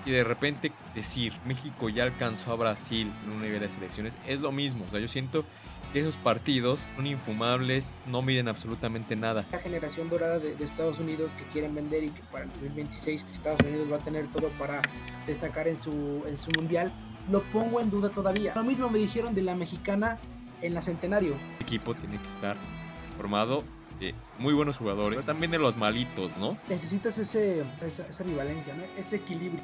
y de repente decir, México ya alcanzó a Brasil en un nivel de selecciones, es lo mismo. O sea, yo siento que esos partidos son infumables, no miden absolutamente nada. La generación dorada de Estados Unidos que quieren vender y que para el 2026 Estados Unidos va a tener todo para destacar en su mundial, lo pongo en duda todavía. Lo mismo me dijeron de la mexicana en la Centenario. El equipo tiene que estar formado de muy buenos jugadores, pero también de los malitos, ¿no? Necesitas esa ambivalencia, ¿no? Ese equilibrio.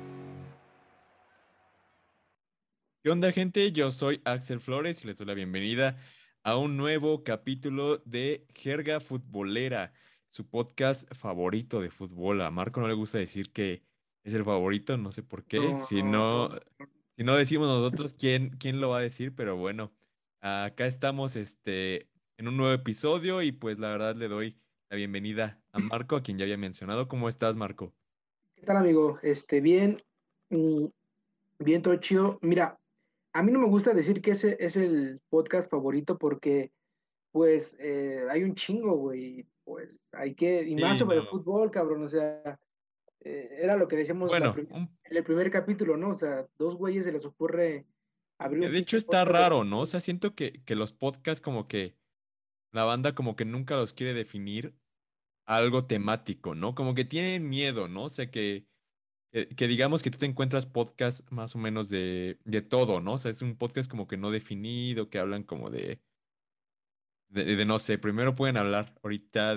¿Qué onda, gente? Yo soy Axel Flores y les doy la bienvenida a un nuevo capítulo de Jerga Futbolera, su podcast favorito de fútbol. A Marco no le gusta decir que es el favorito, no sé por qué. No, no, no. Si no decimos nosotros, ¿quién lo va a decir? Pero bueno, acá estamos en un nuevo episodio y pues la verdad le doy la bienvenida a Marco, a quien ya había mencionado. ¿Cómo estás, Marco? ¿Qué tal, amigo? Bien, mm, bien, todo chido. Mira, a mí no me gusta decir que ese es el podcast favorito porque, pues, hay un chingo, güey. Pues, hay que, y más Sí, sobre el no. fútbol, cabrón. O sea, era lo que decíamos Bueno, en el primer capítulo, ¿no? O sea, dos güeyes se les ocurre abrir un de hecho pinche está podcast de raro, ¿no? O fútbol. sea, siento que los podcasts como que la banda como que nunca los quiere definir algo temático, ¿no? Como que tienen miedo, ¿no? O sea, que digamos que tú te encuentras podcasts más o menos de todo, ¿no? O sea, es un podcast como que no definido, que hablan como de no sé, primero pueden hablar ahorita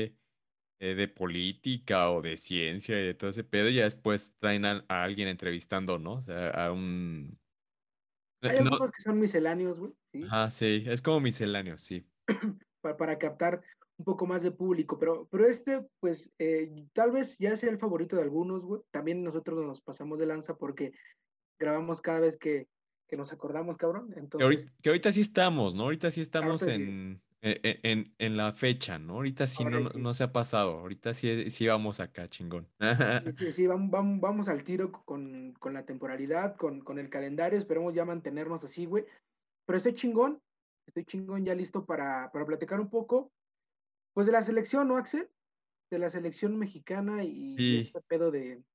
de política o de ciencia y de todo ese pedo, y ya después traen a alguien entrevistando, ¿no? O sea, a un... Hay No, algunos que son misceláneos, güey, ¿sí? ajá, sí, es como misceláneo, sí. Para captar un poco más de público, pero pues, tal vez ya sea el favorito de algunos, güey. También nosotros nos pasamos de lanza porque grabamos cada vez que nos acordamos, cabrón. Entonces, Que ahorita sí estamos, ¿no? Ahorita sí estamos ahorita sí, en la fecha, ¿no? Ahorita sí ahora sí. no se ha pasado. Ahorita sí vamos acá, chingón. Sí, sí, sí, vamos al tiro con la temporalidad, con el calendario, esperemos ya mantenernos así, güey. Pero estoy chingón ya listo para platicar un poco, pues de la selección, ¿no, Axel? De la selección mexicana y Sí, este pedo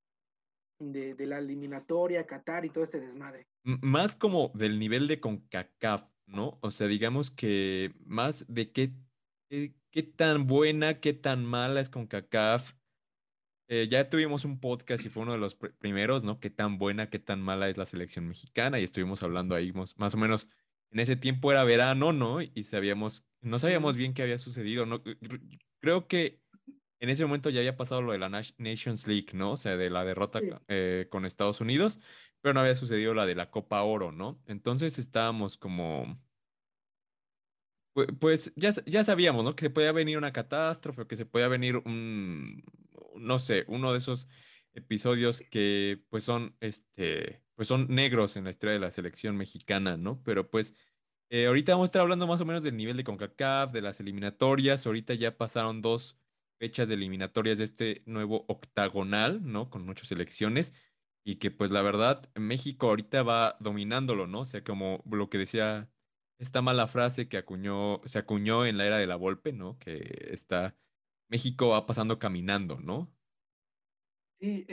de la eliminatoria, Qatar y todo este desmadre. más como del nivel de CONCACAF, ¿no? O sea, digamos que más de qué tan buena, qué tan mala es CONCACAF. Ya tuvimos un podcast y fue uno de los primeros, ¿no? Qué tan buena, qué tan mala es la selección mexicana y estuvimos hablando ahí más o menos. En ese tiempo era verano, ¿no? Y no sabíamos Ujú. bien qué había sucedido, ¿no? Creo que en ese momento ya había pasado lo de la Nations League, ¿no? O sea, de la derrota Sí, con Estados Unidos, pero no había sucedido la de la Copa Oro, ¿no? Entonces estábamos como pues ya sabíamos, ¿no? Que se podía venir una catástrofe, o que se podía venir no sé, uno de esos episodios que pues son negros en la historia de la selección mexicana, ¿no? Pero pues ahorita vamos a estar hablando más o menos del nivel de CONCACAF, de las eliminatorias. Ahorita ya pasaron dos fechas de eliminatorias de este nuevo octagonal, ¿no? Con muchas selecciones. Y que pues la verdad, México ahorita va dominándolo, ¿no? O sea, como lo que decía esta mala frase que se acuñó en la era de la Volpe, ¿no? Que está, México va pasando caminando, ¿no? sí,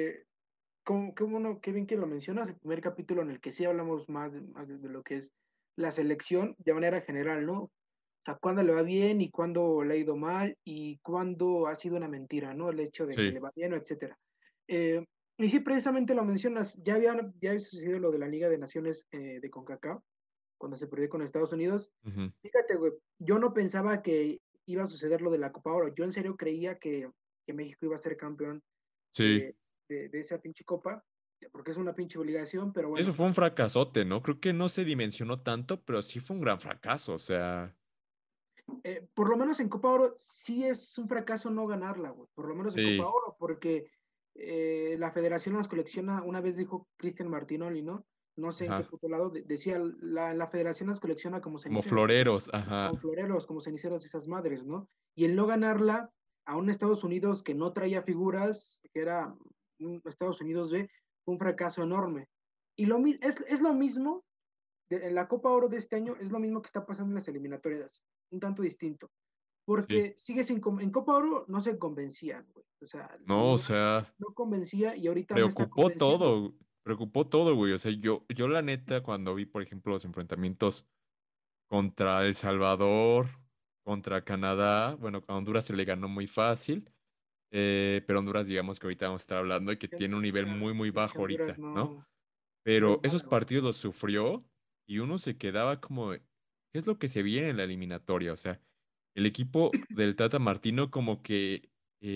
qué bien que lo mencionas, el primer capítulo en el que sí hablamos más de lo que es la selección de manera general, ¿no? O sea, cuándo le va bien y cuándo le ha ido mal y cuándo ha sido una mentira, ¿no? El hecho de que le Sí, va bien, etcétera. Eh, y sí, precisamente lo mencionas, ya había sucedido lo de la Liga de Naciones de CONCACAF, cuando se perdió con Estados Unidos. ujú, Fíjate, güey, yo no pensaba que iba a suceder lo de la Copa Oro. Yo en serio creía que México iba a ser campeón sí. de esa pinche copa, porque es una pinche obligación, pero Eso bueno, fue un fracasote, ¿no? Creo que no se dimensionó tanto, pero sí fue un gran fracaso, o sea, por lo menos en Copa Oro sí es un fracaso no ganarla, güey, por lo menos en Copa sí, Oro, porque la federación nos colecciona, una vez dijo Cristian Martinoli, ¿no? No sé en qué ajá, puto lado, decía, la federación nos colecciona como como ceniceros, floreros, como ajá, floreros, como ceniceros de esas madres, ¿no? Y el no ganarla a un Estados Unidos que no traía figuras, que era un Estados Unidos B, fue un fracaso enorme. Y es lo mismo, en la Copa Oro de este año, es lo mismo que está pasando en las eliminatorias, un tanto distinto, sí, porque sigue sin, en Copa Oro no se convencían, güey. O sea, No, o sea, no convencía y ahorita no está convenciendo. preocupó todo, güey. O sea, yo la neta, cuando vi, por ejemplo, los enfrentamientos contra El Salvador, contra Canadá, bueno, a Honduras se le ganó muy fácil, pero Honduras, digamos que ahorita vamos a estar hablando y que tiene un nivel muy, muy Es que bajo Honduras ahorita, ¿no? no Pero es esos nada, güey. partidos los sufrió y uno se quedaba como, ¿qué es lo que se viene en la eliminatoria? O sea, el equipo del Tata Martino como que,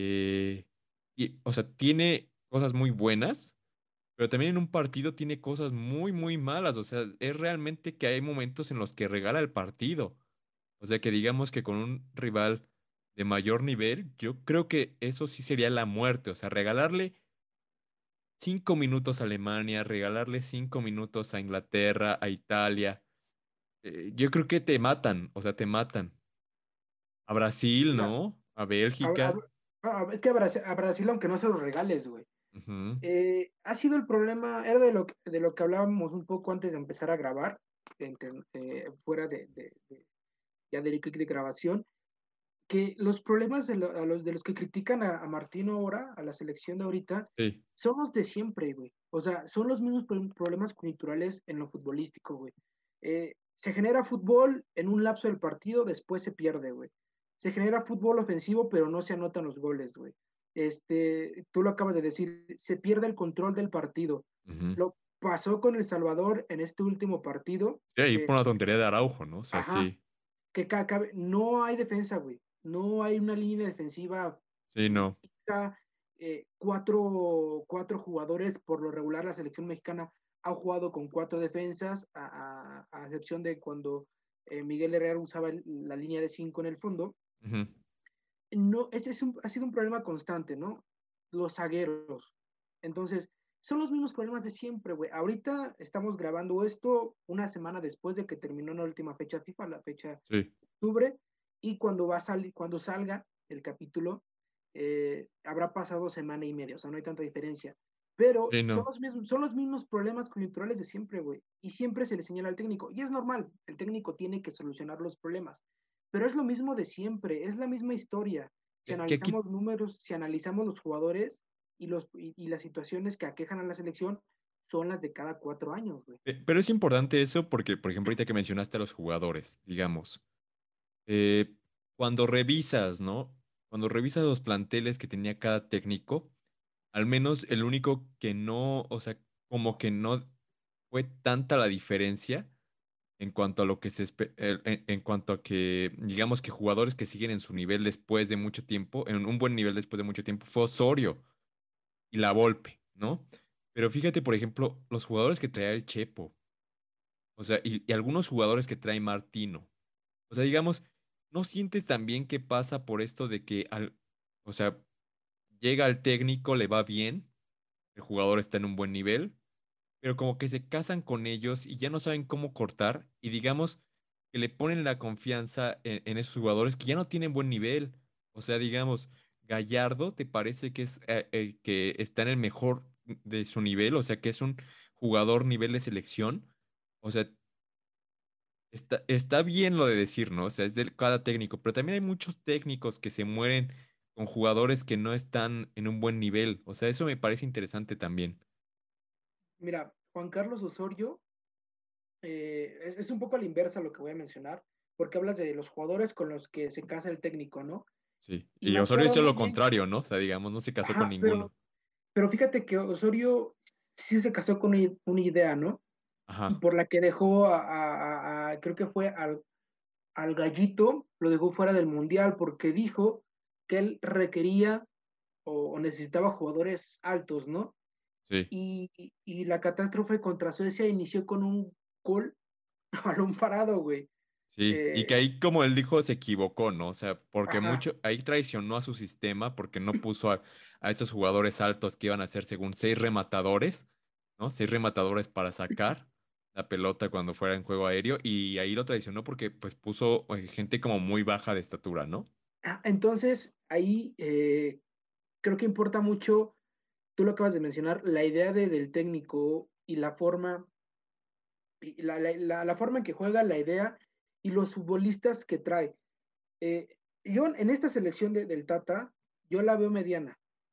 o sea, tiene cosas muy buenas, pero también en un partido tiene cosas muy, muy malas. O sea, es realmente que hay momentos en los que regala el partido. O sea, que digamos que con un rival de mayor nivel, yo creo que eso sí sería la muerte. O sea, regalarle 5 minutos a Alemania, regalarle 5 minutos a Inglaterra, a Italia. Yo creo que te matan, o sea, te matan. A Brasil, Mira, ¿no? A a- Bélgica. es que a Brasil, aunque no se los regales, güey. Ujú. Ha sido el problema, era de lo que hablábamos un poco antes de empezar a grabar, fuera ya del clic de grabación, que los problemas de los que critican a Martino ahora, a la selección de ahorita, Sí, son los de siempre, güey. O sea, son los mismos problemas culturales en lo futbolístico, güey. Se genera fútbol en un lapso del partido, después se pierde, güey. Se genera fútbol ofensivo, pero no se anotan los goles, güey. Tú lo acabas de decir, se pierde el control del partido. ujú. Lo pasó con El Salvador en este último partido, Sí, ahí que, por una tontería de Araujo, ¿no? O sea, ajá, sí, no hay defensa, güey. No hay una línea defensiva sí, no. fija. Cuatro jugadores, por lo regular, la selección mexicana ha jugado con cuatro defensas, a excepción de cuando Miguel Herrera usaba la línea de cinco en el fondo. Ujú. No, ha sido un problema constante, ¿no? Los zagueros. Entonces, son los mismos problemas de siempre, güey. Ahorita estamos grabando esto una semana después de que terminó la última fecha FIFA, la fecha de Sí, octubre, y cuando salga el capítulo, habrá pasado semana y media, o sea, no hay tanta diferencia. Pero sí, no. son los mismos problemas coyunturales de siempre, güey. Y siempre se le señala al técnico. Y es normal, el técnico tiene que solucionar los problemas. Pero es lo mismo de siempre, es la misma historia. Si Que aquí, analizamos números, si analizamos los jugadores y las situaciones que aquejan a la selección, son las de cada 4 años, güey. pero es importante eso porque, por ejemplo, ahorita que mencionaste a los jugadores, digamos, eh, cuando revisas, ¿no? Cuando revisas los planteles que tenía cada técnico, al menos el único que no, o sea, como que no fue tanta la diferencia en cuanto a lo que en cuanto a que, digamos que jugadores que siguen en su nivel después de mucho tiempo, en un buen nivel después de mucho tiempo, fue Osorio y La Volpe, ¿no? Pero fíjate, por ejemplo, los jugadores que traía el Chepo, o sea, y algunos jugadores que trae Martino. O sea, digamos, ¿no sientes también que pasa por esto de que o sea, llega al técnico, le va bien, el jugador está en un buen nivel, pero como que se casan con ellos y ya no saben cómo cortar y digamos que le ponen la confianza en esos jugadores que ya no tienen buen nivel. O sea, digamos, Gallardo, ¿te parece que es que está en el mejor de su nivel? O sea, que es un jugador nivel de selección. O sea, está bien lo de decir, ¿no? O sea, es de cada técnico, pero también hay muchos técnicos que se mueren con jugadores que no están en un buen nivel. O sea, eso me parece interesante también. Mira, Juan Carlos Osorio es un poco a la inversa lo que voy a mencionar, porque hablas de los jugadores con los que se casa el técnico, ¿no? Sí. Y Y me Osorio acuerdo hizo muy lo bien, contrario, ¿no? O sea, digamos, no se casó con ajá, ninguno. pero fíjate que Osorio sí se casó con una idea, ¿no? Ajá. Por la que dejó creo que fue al Gallito, lo dejó fuera del Mundial, porque dijo que él requería o necesitaba jugadores altos, ¿no? Sí. Y la catástrofe contra Suecia inició con un gol a balón parado, güey. Sí. Y que Eh, ahí, como él dijo, se equivocó, ¿no? O sea, porque ajá. mucho, ahí traicionó a su sistema porque no puso a estos jugadores altos que iban a ser según 6 rematadores, ¿no? 6 rematadores para sacar la pelota cuando fuera en juego aéreo. Y ahí lo traicionó porque pues puso gente como muy baja de estatura, ¿no? Entonces, ahí creo que importa mucho, tú lo acabas de mencionar, la idea del técnico y la forma en que juega, la idea y los futbolistas que trae. Yo en esta selección del Tata, yo la veo mediana.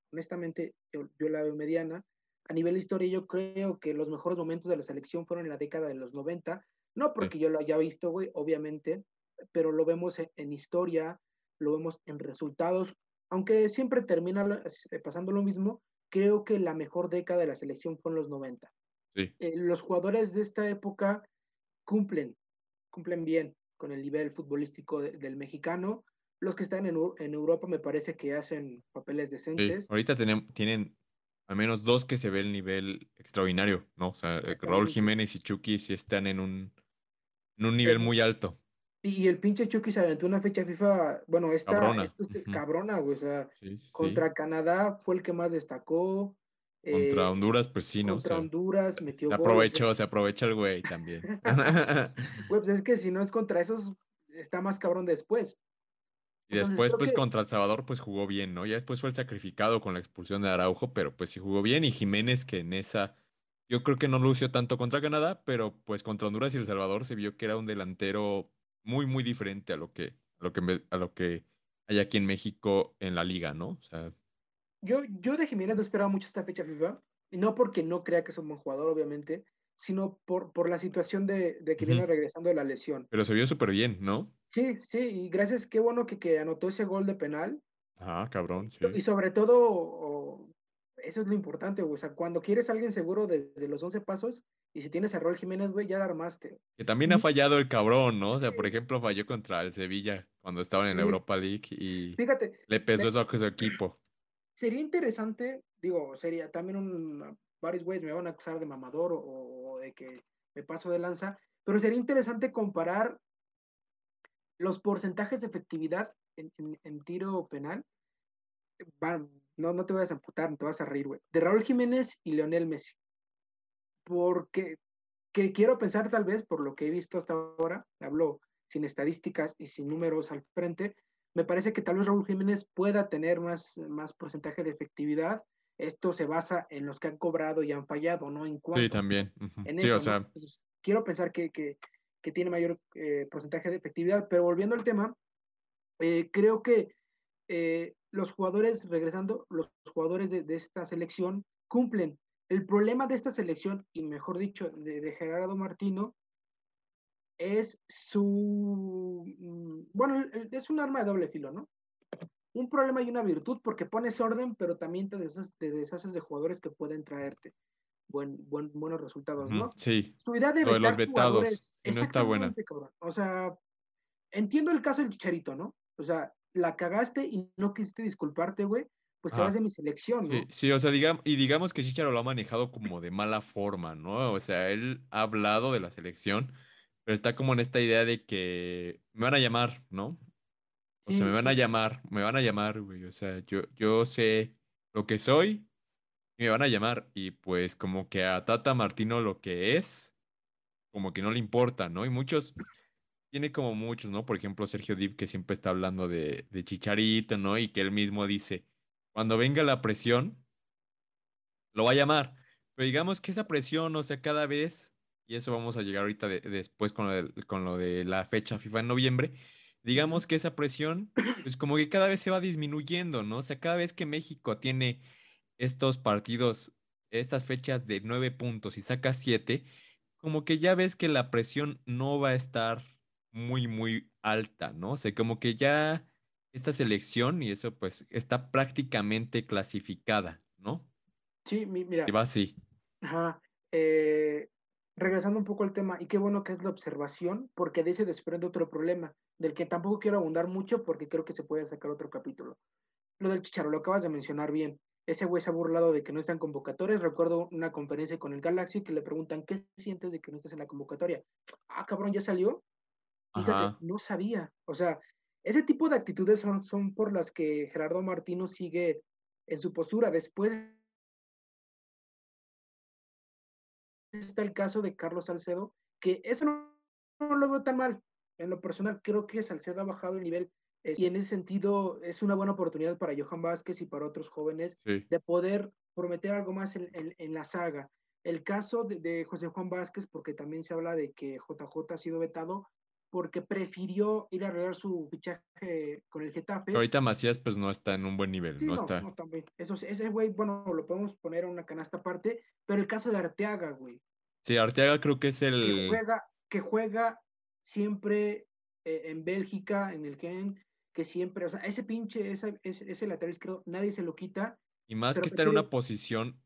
honestamente, yo la veo mediana. A nivel historia, yo creo que los mejores momentos de la selección fueron en la década de los 90, no Sí, porque yo lo haya visto, güey, obviamente, pero lo vemos en historia, lo vemos en resultados, aunque siempre termina pasando lo mismo, creo que la mejor década de la selección fue en los 90. sí. Los jugadores de esta época cumplen, cumplen bien con el nivel futbolístico del mexicano. Los que están en Europa me parece que hacen papeles Sí, decentes. ahorita tienen al menos dos que se ve el nivel extraordinario, ¿no? O sea, Raúl Exactamente. Jiménez y Chucky sí están en un nivel El, muy alto. y el pinche Chucky se aventó una fecha FIFA, bueno, Cabrona. esto es Ujú. cabrona, güey. O sea, Sí, sí. contra Canadá fue el que más destacó. Contra eh, Honduras, pues sí, ¿no? O contra sea, Honduras metió gol. O sea, se aprovecha el güey también. güey, pues es que si no es contra esos, está más cabrón después. Y Entonces después, creo pues que contra El Salvador, pues jugó bien, ¿no? Ya después fue el sacrificado con la expulsión de Araujo, pero pues sí jugó bien. Y Jiménez, que en esa, yo creo que no lució tanto contra Canadá, pero pues contra Honduras y El Salvador se vio que era un delantero muy, muy diferente a lo que hay aquí en México en la liga, ¿no? O sea, yo de Jiménez no esperaba mucho esta fecha FIFA, y no porque no crea que es un buen jugador, obviamente, sino por la situación de que ujú. viene regresando de la lesión. Pero se vio súper bien, ¿no? Sí, sí, y gracias, qué bueno que anotó ese gol de penal. Ah, cabrón, sí. Y sobre todo, eso es lo importante, güey. O sea, cuando quieres a alguien seguro desde los 11 pasos, y si tienes a Raúl Jiménez, güey, ya la armaste. Que también ha Y fallado el cabrón, ¿no? O sea, por sí, ejemplo, falló contra el Sevilla cuando estaban en la sí, Europa League y fíjate, le pesó me- eso a su equipo. sería interesante, digo, sería también varios güeyes me van a acusar de mamador o de que me paso de lanza, pero sería interesante comparar los porcentajes de efectividad en tiro penal. No te vas a amputar, no te vas a reír, güey. De Raúl Jiménez y Leonel Messi. Porque quiero pensar tal vez, por lo que he visto hasta ahora, hablo sin estadísticas y sin números al frente, me parece que tal vez Raúl Jiménez pueda tener más porcentaje de efectividad. Esto se basa en los que han cobrado y han fallado, no en Sí, cuántos, sino también. Ujú. en Sí, o eso, ¿no? sea, Entonces, quiero pensar que tiene mayor porcentaje de efectividad, pero volviendo al tema, creo que los jugadores, regresando, los jugadores de esta selección cumplen. El problema de esta selección, y mejor dicho, de Gerardo Martino, es bueno, es un arma de doble filo, ¿no? Un problema y una virtud porque pones orden, pero también te deshaces de jugadores que pueden traerte buenos resultados, ujú, ¿no? sí. Su idea de Lo de los vetar vetados, jugadores, sí, no está buena. exactamente, cabrón. O sea, entiendo el caso del Chicharito, ¿no? O sea, la cagaste y no quisiste disculparte, güey, pues te vas de Ajá. mi selección, Sí, ¿no? sí, o sea, digamos que Chicharo lo ha manejado como de mala forma, ¿no? O sea, él ha hablado de la selección, pero está como en esta idea de que me van a llamar, ¿no? O sea, Sí, sí, me van a llamar, güey. O sea, yo sé lo que soy y me van a llamar. Y pues como que a Tata Martino lo que es, como que no le importa, ¿no? Y muchos, tiene como muchos, ¿no? Por ejemplo, Sergio Dip, que siempre está hablando de Chicharito, ¿no? Y que él mismo dice, cuando venga la presión, lo va a llamar. Pero digamos que esa presión, o sea, cada vez, y eso vamos a llegar ahorita después con lo de la fecha FIFA en noviembre, ujú, digamos que esa presión, pues como que cada vez se va disminuyendo, ¿no? O sea, cada vez que México tiene estos partidos, estas fechas de 9 puntos y saca 7, como que ya ves que la presión no va a estar muy, muy alta, ¿no? O sea, como que ya esta selección y eso pues está prácticamente clasificada, ¿no? sí, Y mira, va así. ajá, eh, regresando un poco al tema, y qué bueno que es la observación, porque de ese desprende otro problema, del que tampoco quiero abundar mucho porque creo que se puede sacar otro capítulo. Lo del Chicharo, lo acabas de mencionar bien. Ese güey se ha burlado de que no están convocatorias. Recuerdo una conferencia con el Galaxy que le preguntan, ¿qué sientes de que no estés en la convocatoria? Ah, cabrón, ¿ya salió? Fíjate, Ajá. no sabía. O sea, ese tipo de actitudes son por las que Gerardo Martino sigue en su postura. Después está el caso de Carlos Salcedo, que eso no lo veo tan mal. En lo personal, creo que Salcedo ha bajado el nivel y en ese sentido es una buena oportunidad para Johan Vázquez y para otros jóvenes Sí. de poder prometer algo más en la saga. El caso de José Juan Vázquez, porque también se habla de que JJ ha sido vetado, porque prefirió ir a arreglar su fichaje con el Getafe. Ahorita Macías pues no está en un buen nivel, Sí, no no, está. no, también. Eso, ese güey, bueno, lo podemos poner en una canasta aparte, pero el caso de Arteaga, güey, Sí, Arteaga creo que es que el... juega, que juega siempre en Bélgica, en el Gen, que siempre, o sea, ese pinche, ese lateral izquierdo, nadie se lo quita, Y más que pero está en prefiere, una posición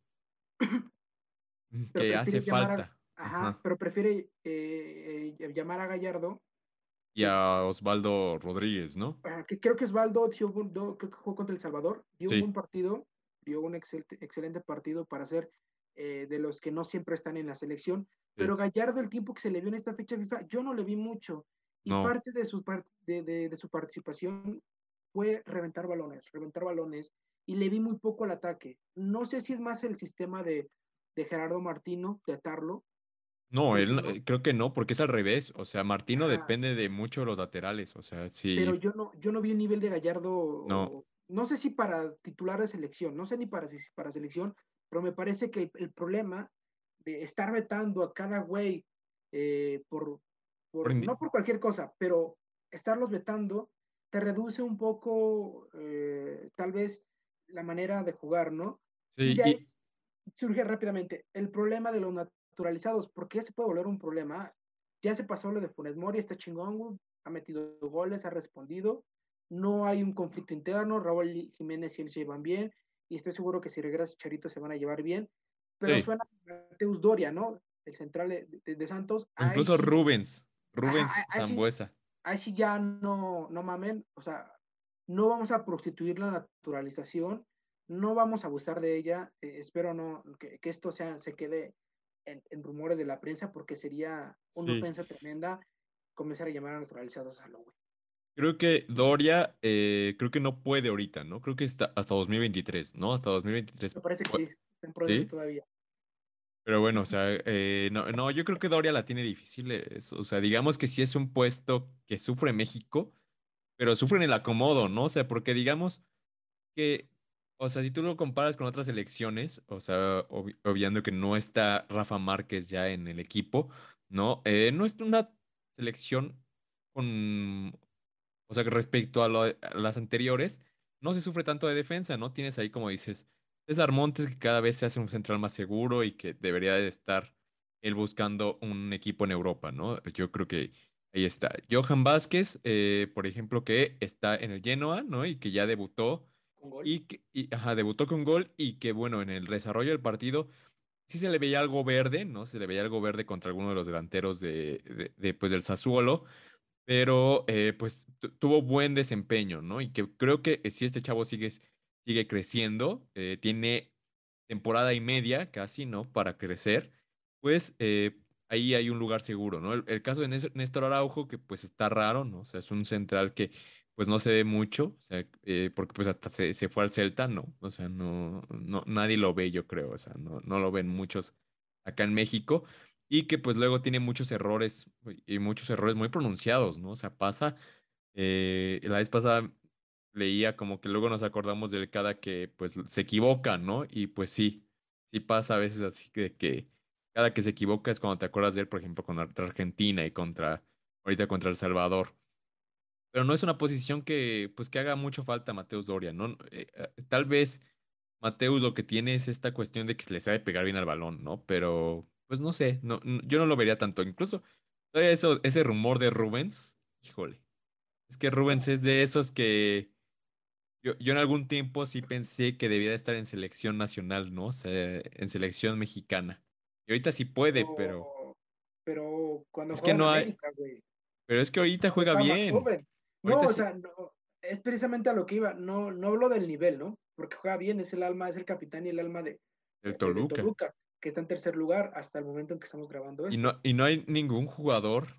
pero que hace prefiere llamar falta. ajá, Ajá. pero prefiere llamar a Gallardo, Y a Osvaldo Rodríguez, ¿no? que creo que Osvaldo creo que jugó contra El Salvador, dio un Sí, buen partido, dio un excelente partido para ser de los que no siempre están en la selección, sí. pero Gallardo, el tiempo que se le vio en esta fecha FIFA, yo no le vi mucho, y No. parte de su participación fue reventar balones, y le vi muy poco al ataque. No sé si es más el sistema de Gerardo Martino, de atarlo, No, porque él no, creo que no, porque es al revés. O sea, Martino ajá, depende de mucho de los laterales. O sea, pero sí, yo no vi un nivel de no. Gallardo, no sé si para titular de selección, no sé ni para, si para selección, pero me parece que el problema de estar vetando a cada güey por indi- no por cualquier cosa, pero estarlos vetando te reduce un poco tal vez la manera de jugar, ¿no? Y Sí, de ahí surge rápidamente el problema de los naturalizados, porque ya se puede volver un problema. Ya se pasó lo de Funes Mori, está chingón, güey, ha metido goles, ha respondido. No hay un conflicto interno. Raúl Jiménez y él se llevan bien. Y estoy seguro que si regresa Charito se van a llevar bien. Pero sí. suena Mateus Doria, ¿no? El central de Santos. O Ahí incluso sí, Rubens, ajá, Rubens ahí sí, Sambuesa. ahí sí ya no mamen. O sea, no vamos a prostituir la naturalización. No vamos a abusar de ella. Espero no que esto se quede rumores de la prensa porque sería una Sí. ofensa tremenda comenzar a llamar a naturalizados a lo güey. Creo que Doria, creo que no puede ahorita, ¿no? Creo que está hasta 2023, ¿no? Hasta 2023. Me parece que sí, está en proceso Sí. todavía. Pero bueno, o sea, no, no, yo creo que Doria la tiene difícil. O sea, digamos que sí es un puesto que sufre México, pero sufre en el acomodo, ¿no? O sea, porque digamos que, o sea, si tú lo comparas con otras elecciones, o sea, obviando que no está Rafa Márquez ya en el equipo, ¿no? No es una selección con, o sea, que respecto a, a las anteriores, no se sufre tanto de defensa, ¿no? Tienes ahí, como dices, César Montes, que cada vez se hace un central más seguro y que debería de estar él buscando un equipo en Europa, ¿no? Yo creo que ahí está. Johan Vázquez, por ejemplo, que está en el Genoa, ¿no? Y que ya debutó Con gol. y ajá, debutó con gol y que, bueno, en el desarrollo del partido sí se le veía algo verde, ¿no? Se le veía algo verde contra alguno de los delanteros pues, del Sassuolo, pero pues tuvo buen desempeño, ¿no? Y que creo que si este chavo sigue creciendo, tiene temporada y media casi, ¿no? Para crecer, pues ahí hay un lugar seguro, ¿no? El caso de Néstor Araujo, que pues está raro, ¿no? O sea, es un central que pues no se ve mucho, o sea, porque pues hasta se fue al Celta, ¿no? O sea, nadie lo ve, yo creo, o sea, no lo ven muchos acá en México y que pues luego tiene muchos errores y muchos errores muy pronunciados, ¿no? O sea, pasa, la vez pasada leía como que luego nos acordamos de él cada que pues se equivoca, ¿no? Y pues sí, sí pasa a veces así que cada que se equivoca es cuando te acuerdas de él, por ejemplo, contra Argentina y ahorita contra El Salvador. Pero no es una posición que pues que haga mucho falta a Mateus Doria, ¿no? Tal vez Mateus lo que tiene es esta cuestión de que le sabe pegar bien al balón, ¿no? Pero, pues no sé, yo no lo vería tanto. Incluso todavía ese rumor de Rubens, híjole, es que Rubens es de esos que yo en algún tiempo sí pensé que debía de estar en selección nacional, ¿no? O sea, en selección mexicana. Y ahorita sí puede, Pero, pero cuando es que jugaba en no hay, América, güey, pero es que ahorita cuando juega estaba más bien. joven. No, Ahorita o sí, sea, no, es precisamente a lo que iba. No hablo del nivel, ¿no? Porque juega bien, es el alma, es el capitán y el alma el de Toluca. Toluca, que está en tercer lugar hasta el momento en que estamos grabando esto. Y no hay ningún jugador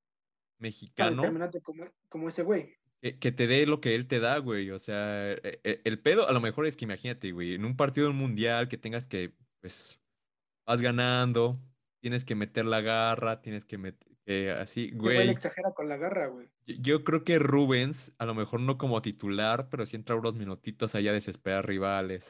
Tan mexicano determinante como ese güey. que te dé lo que él te da, güey. O sea, el pedo a lo mejor es que imagínate, güey, en un partido mundial que tengas que, pues, vas ganando, tienes que meter la garra, tienes que meter, así, Este güey le güey. exagera con la garra, güey. Yo creo que Rubens, a lo mejor no como titular, pero sí entra unos minutitos allá a desesperar rivales,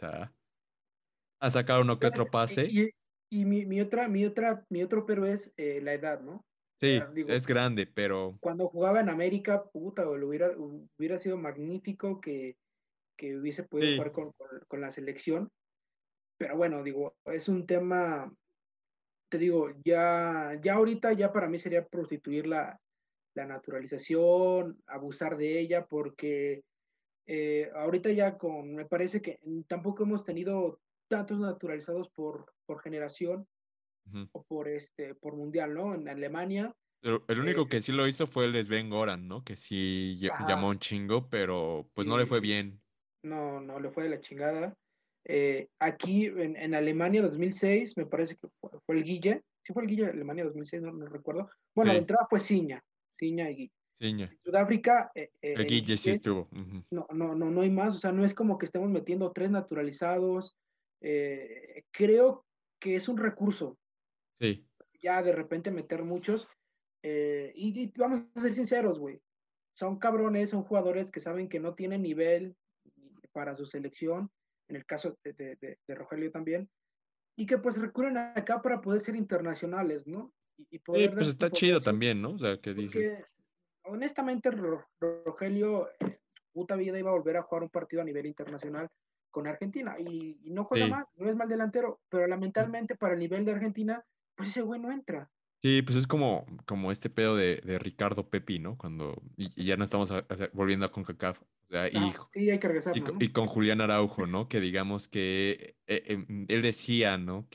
a sacar uno que Pues, otro pase. y mi otro pero es la edad, ¿no? Sí, Digo, es grande, pero cuando jugaba en América, puta, güey, hubiera sido magnífico que hubiese podido sí. jugar con la selección. Pero bueno, digo, es un tema, te digo, ya ahorita ya para mí sería prostituir la naturalización, abusar de ella, porque ahorita ya me parece que tampoco hemos tenido tantos naturalizados por generación Ujú. o por mundial, ¿no? En Alemania, El eh, único que sí lo hizo fue el Sven Goran, ¿no? Que sí llamó ajá, un chingo, pero pues no le sí, fue bien. no, no, le fue de la chingada. Aquí en Alemania 2006, me parece que fue el Guille, sí fue el Guille de Alemania 2006, no recuerdo. Bueno, de Sí, entrada fue Ciña y Guille. sí, En Sudáfrica, el el Guille sí Guille, estuvo. Ujú. no hay más, o sea, no es como que estemos metiendo tres naturalizados. Creo que es un recurso, Sí, ya de repente meter muchos. Y vamos a ser sinceros, güey. Son cabrones, son jugadores que saben que no tienen nivel para su selección, en el caso de Rogelio también, y que pues recurren acá para poder ser internacionales, ¿no? Y sí, poder pues dar su está chido información, también, ¿no? O sea, que dices, porque honestamente Rogelio, puta vida, iba a volver a jugar un partido a nivel internacional con Argentina y no juega sí. mal, no es mal delantero, pero lamentablemente para el nivel de Argentina, pues ese güey no entra. Sí, pues es como este pedo de Ricardo Pepi, ¿no? Y ya no estamos volviendo a CONCACAF. O sea, Ah, sí, hay que regresarnos, ¿no? y con Julián Araujo, ¿no? Que digamos que él decía, ¿no?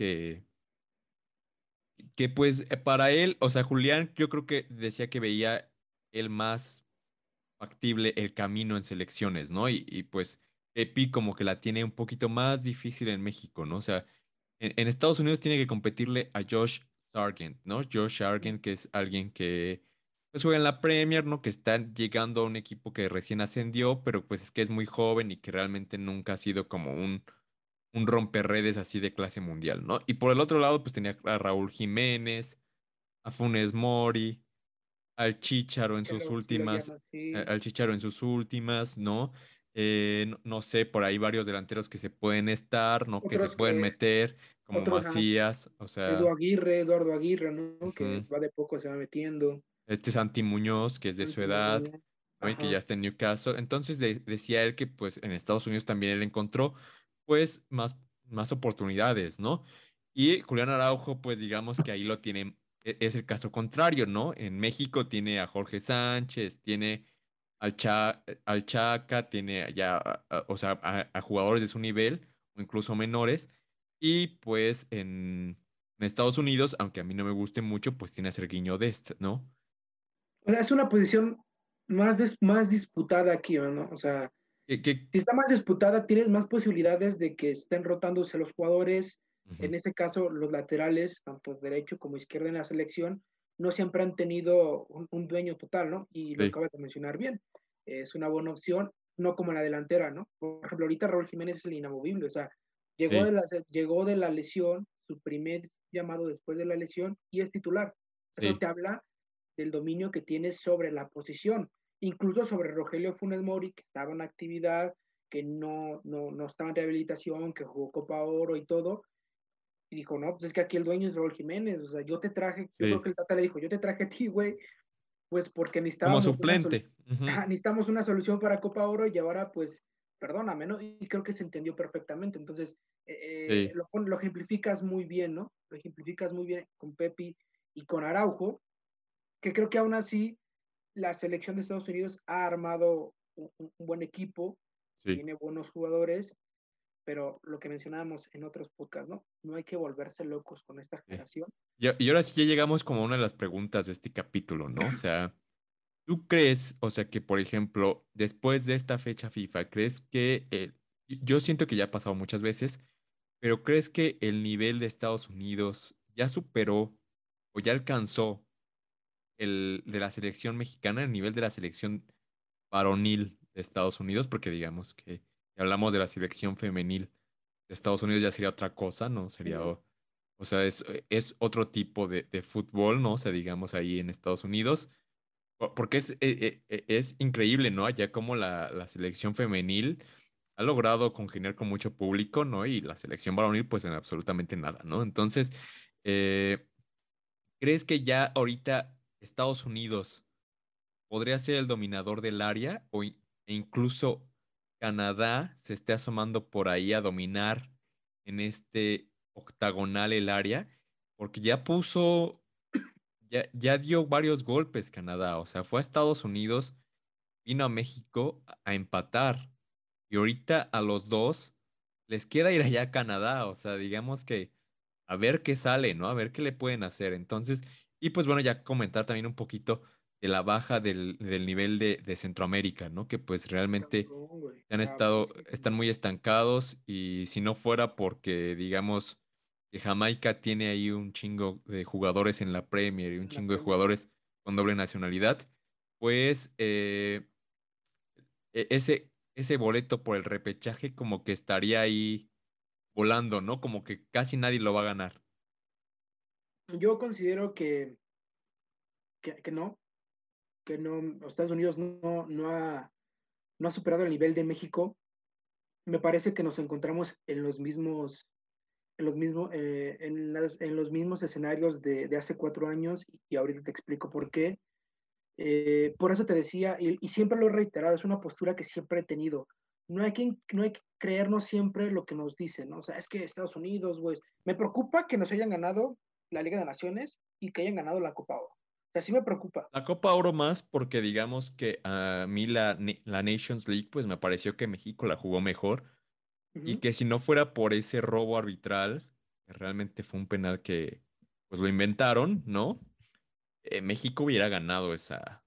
Que pues para él, o sea, Julián yo creo que decía que veía el más factible el camino en selecciones, ¿no? Y pues Pepi como que la tiene un poquito más difícil en México, ¿no? O sea, en Estados Unidos tiene que competirle a Josh Sargent, ¿no? Josh Sargent, que es alguien que pues juega en la Premier, ¿no? Que está llegando a un equipo que recién ascendió, pero pues es que es muy joven y que realmente nunca ha sido como un romperredes así de clase mundial, ¿no? Y por el otro lado, pues tenía a Raúl Jiménez, a Funes Mori, al Chícharo en sus Sí lo últimas, llama, sí. al Chícharo en sus últimas, ¿no? No sé, por ahí varios delanteros que se pueden estar, ¿no? Que se Otros pueden que, meter, como otros, Macías, o sea, Eduardo Aguirre, ¿no? Que ujú. va de poco, se va metiendo. Este Santi Muñoz, que es de su Último edad, también. ¿no? Y que ya Ajá. está en Newcastle. Entonces decía él que pues en Estados Unidos también él encontró pues más oportunidades, ¿no? Y Julián Araujo, pues digamos que ahí lo tiene, es el caso contrario, ¿no? En México tiene a Jorge Sánchez, tiene al Chaca, tiene ya, o sea, a jugadores de su nivel o incluso menores. Y pues en Estados Unidos, aunque a mí no me guste mucho, pues tiene a Sergiño Dest, ¿no? O sea, es una posición más disputada aquí, ¿no? O sea, Que si está más disputada, tienes más posibilidades de que estén rotándose los jugadores. ujú. En ese caso, los laterales, tanto derecho como izquierda en la selección, no siempre han tenido un dueño total, ¿no? Y lo Sí, acabas de mencionar bien. Es una buena opción, no como la delantera, ¿no? Por ejemplo, ahorita Raúl Jiménez es el inamovible, o sea, sí, llegó de la lesión, su primer llamado después de la lesión y es titular. Eso sí, te habla del dominio que tienes sobre la posición, incluso sobre Rogelio Funes Mori, que estaba en actividad, que no estaba en rehabilitación, que jugó Copa Oro y todo, y dijo, no, pues es que aquí el dueño es Raúl Jiménez, o sea, yo te traje, yo creo sí. que el Tata le dijo, yo te traje a ti, güey, pues porque Como suplente. Ujú. necesitamos una solución para Copa Oro y ahora pues, perdóname, ¿no? Y creo que se entendió perfectamente, entonces Sí, lo ejemplificas muy bien, ¿no? Lo ejemplificas muy bien con Pepi y con Araujo, que creo que aún así la selección de Estados Unidos ha armado un buen equipo, sí. tiene buenos jugadores, pero lo que mencionábamos en otros podcasts, ¿no? No hay que volverse locos con esta Sí. generación. Y ahora sí ya llegamos como a una de las preguntas de este capítulo, ¿no? O sea, ¿tú crees, o sea, que por ejemplo, después de esta fecha FIFA, crees que yo siento que ya ha pasado muchas veces, pero crees que el nivel de Estados Unidos ya superó o ya alcanzó el de la selección mexicana, el nivel de la selección varonil de Estados Unidos? Porque digamos que si hablamos de la selección femenil de Estados Unidos ya sería otra cosa, ¿no? Sería, Uh, o sea, es otro tipo de fútbol, ¿no? O sea, digamos ahí en Estados Unidos. Porque es increíble, ¿no? Allá como la selección femenil ha logrado congeniar con mucho público, ¿no? Y la selección varonil, pues en absolutamente nada, ¿no? Entonces, eh, ¿crees que ya ahorita Estados Unidos podría ser el dominador del área e incluso Canadá se esté asomando por ahí a dominar en este octagonal el área, porque ya dio varios golpes Canadá, o sea, fue a Estados Unidos, vino a México a empatar y ahorita a los dos les queda ir allá a Canadá, o sea, digamos que a ver qué sale, ¿no? A ver qué le pueden hacer. Entonces, y pues bueno, ya comentar también un poquito de la baja del nivel de Centroamérica, ¿no? Que pues realmente Cabrón, güey. están Cabroncísimo. muy estancados y si no fuera porque, digamos, que Jamaica tiene ahí un chingo de jugadores en la Premier y un En la chingo de Premier. jugadores con doble nacionalidad, pues ese boleto por el repechaje como que estaría ahí volando, ¿no? Como que casi nadie lo va a ganar. Yo considero que no, que no, Estados Unidos no ha superado el nivel de México. Me parece que nos encontramos en los mismos escenarios de hace 4 años y ahorita te explico por qué. Por eso te decía, y siempre lo he reiterado, es una postura que siempre he tenido. No hay que creernos siempre lo que nos dicen, ¿no? O sea, es que Estados Unidos, güey, me preocupa que nos hayan ganado la Liga de Naciones y que hayan ganado la Copa Oro. O sea, sí me preocupa. La Copa Oro más porque digamos que a mí la Nations League pues me pareció que México la jugó mejor y Ujú. que si no fuera por ese robo arbitral, que realmente fue un penal que pues lo inventaron, ¿no? México hubiera ganado esa.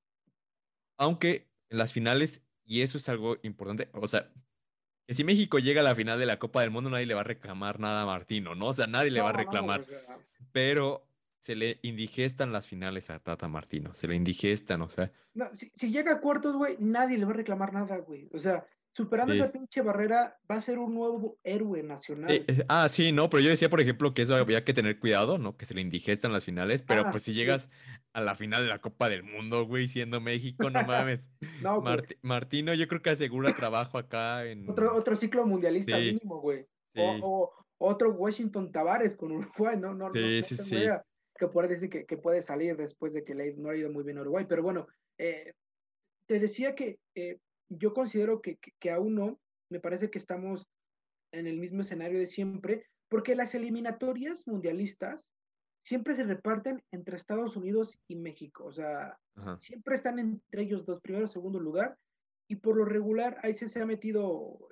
Aunque en las finales, y eso es algo importante, o sea, que si México llega a la final de la Copa del Mundo nadie le va a reclamar nada a Martino, ¿no? O sea, nadie le va a No, no, güey, o reclamar, sea, pero se le indigestan las finales a Tata Martino, se le indigestan, o sea. no, si llega a cuartos, güey, nadie le va a reclamar nada, güey. O sea, superando esa Sí. pinche barrera, va a ser un nuevo héroe Sí, nacional. sí, no, pero yo decía, por ejemplo, que eso había que tener cuidado, ¿no? Que se le indigestan las finales, pero Ah, pues si sí, llegas a la final de la Copa del Mundo, güey, siendo México, no mames. no, güey. Martino, yo creo que asegura trabajo acá en. Otro ciclo mundialista Sí, mínimo, güey. sí, Otro Washington Tavares con Uruguay. sí, No sí, tengo sí. idea que puede decir que puede salir después de que no ha ido muy bien a Uruguay. Pero bueno, te decía que yo considero que aún no, me parece que estamos en el mismo escenario de siempre, porque las eliminatorias mundialistas siempre se reparten entre Estados Unidos y México, o sea, Ajá. siempre están entre ellos dos, primero, segundo lugar, y por lo regular ahí se ha metido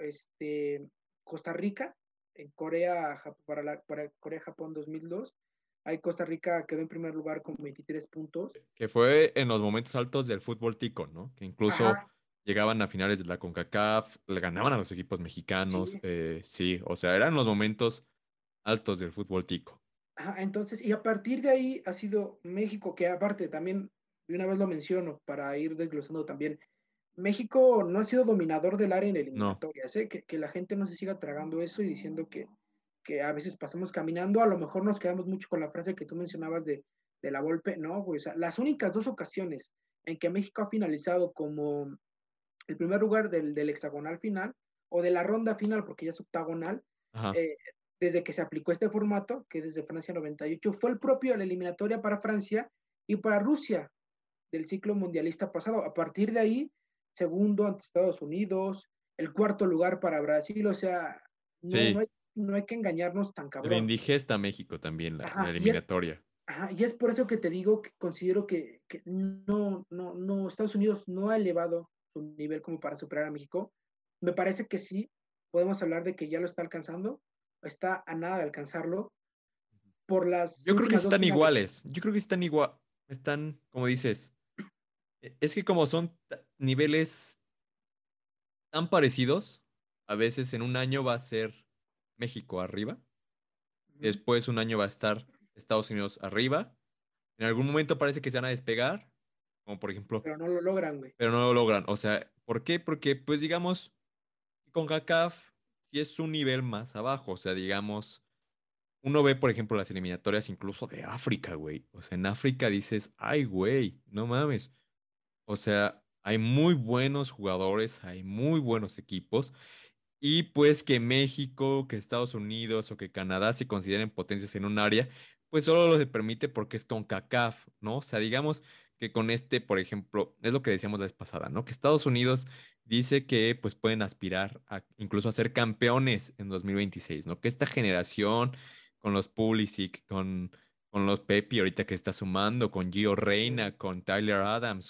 Costa Rica, en Corea, para Corea-Japón 2002, ahí Costa Rica quedó en primer lugar con 23 puntos. Que fue en los momentos altos del fútbol tico, ¿no? Que incluso Ajá, llegaban a finales de la CONCACAF, le ganaban a los equipos mexicanos, sí. sí, o sea, eran los momentos altos del fútbol tico. Ajá, entonces, y a partir de ahí ha sido México, que aparte también, de una vez lo menciono para ir desglosando también, México no ha sido dominador del área en No. eliminatorias, ¿eh? Que la gente no se siga tragando eso y diciendo que a veces pasamos caminando, a lo mejor nos quedamos mucho con la frase que tú mencionabas de la Volpe, no, güey, o sea, las únicas dos ocasiones en que México ha finalizado como el primer lugar del hexagonal final o de la ronda final, porque ya es octagonal, Ajá. eh, desde que se aplicó este formato, que es desde Francia 98, fue el propio de la eliminatoria para Francia y para Rusia del ciclo mundialista pasado. A partir de ahí, segundo ante Estados Unidos, el cuarto lugar para Brasil, o sea, Sí. no hay que engañarnos tan Se le cabrón. indigesta a México también la Ajá, y es, eliminatoria. ajá, y es por eso que te digo que considero que no, Estados Unidos no ha elevado su nivel como para superar a México. Me parece que sí, podemos hablar de que ya lo está alcanzando, está a nada de alcanzarlo por las Yo creo que últimas dos están finales. iguales. Yo creo que están igual. Están, como dices. Es que como son niveles tan parecidos, a veces en un año va a ser México arriba, Ujú. después un año va a estar Estados Unidos arriba, en algún momento parece que se van a despegar, como por ejemplo, Pero no lo logran, güey. pero no lo logran. O sea, ¿por qué? Porque, pues digamos, con CONCACAF sí es un nivel más abajo. O sea, digamos, uno ve, por ejemplo, las eliminatorias incluso de África, güey. O sea, en África dices, ay, güey, no mames. O sea, hay muy buenos jugadores, hay muy buenos equipos. Y pues que México, que Estados Unidos o que Canadá se consideren potencias en un área, pues solo lo se permite porque es con CONCACAF, ¿no? O sea, digamos que con este, por ejemplo, es lo que decíamos la vez pasada, ¿no? Que Estados Unidos dice que pues pueden aspirar a incluso a ser campeones en 2026, ¿no? Que esta generación con los Pulisic, con los Pepi ahorita que está sumando, con Gio Reyna, con Tyler Adams,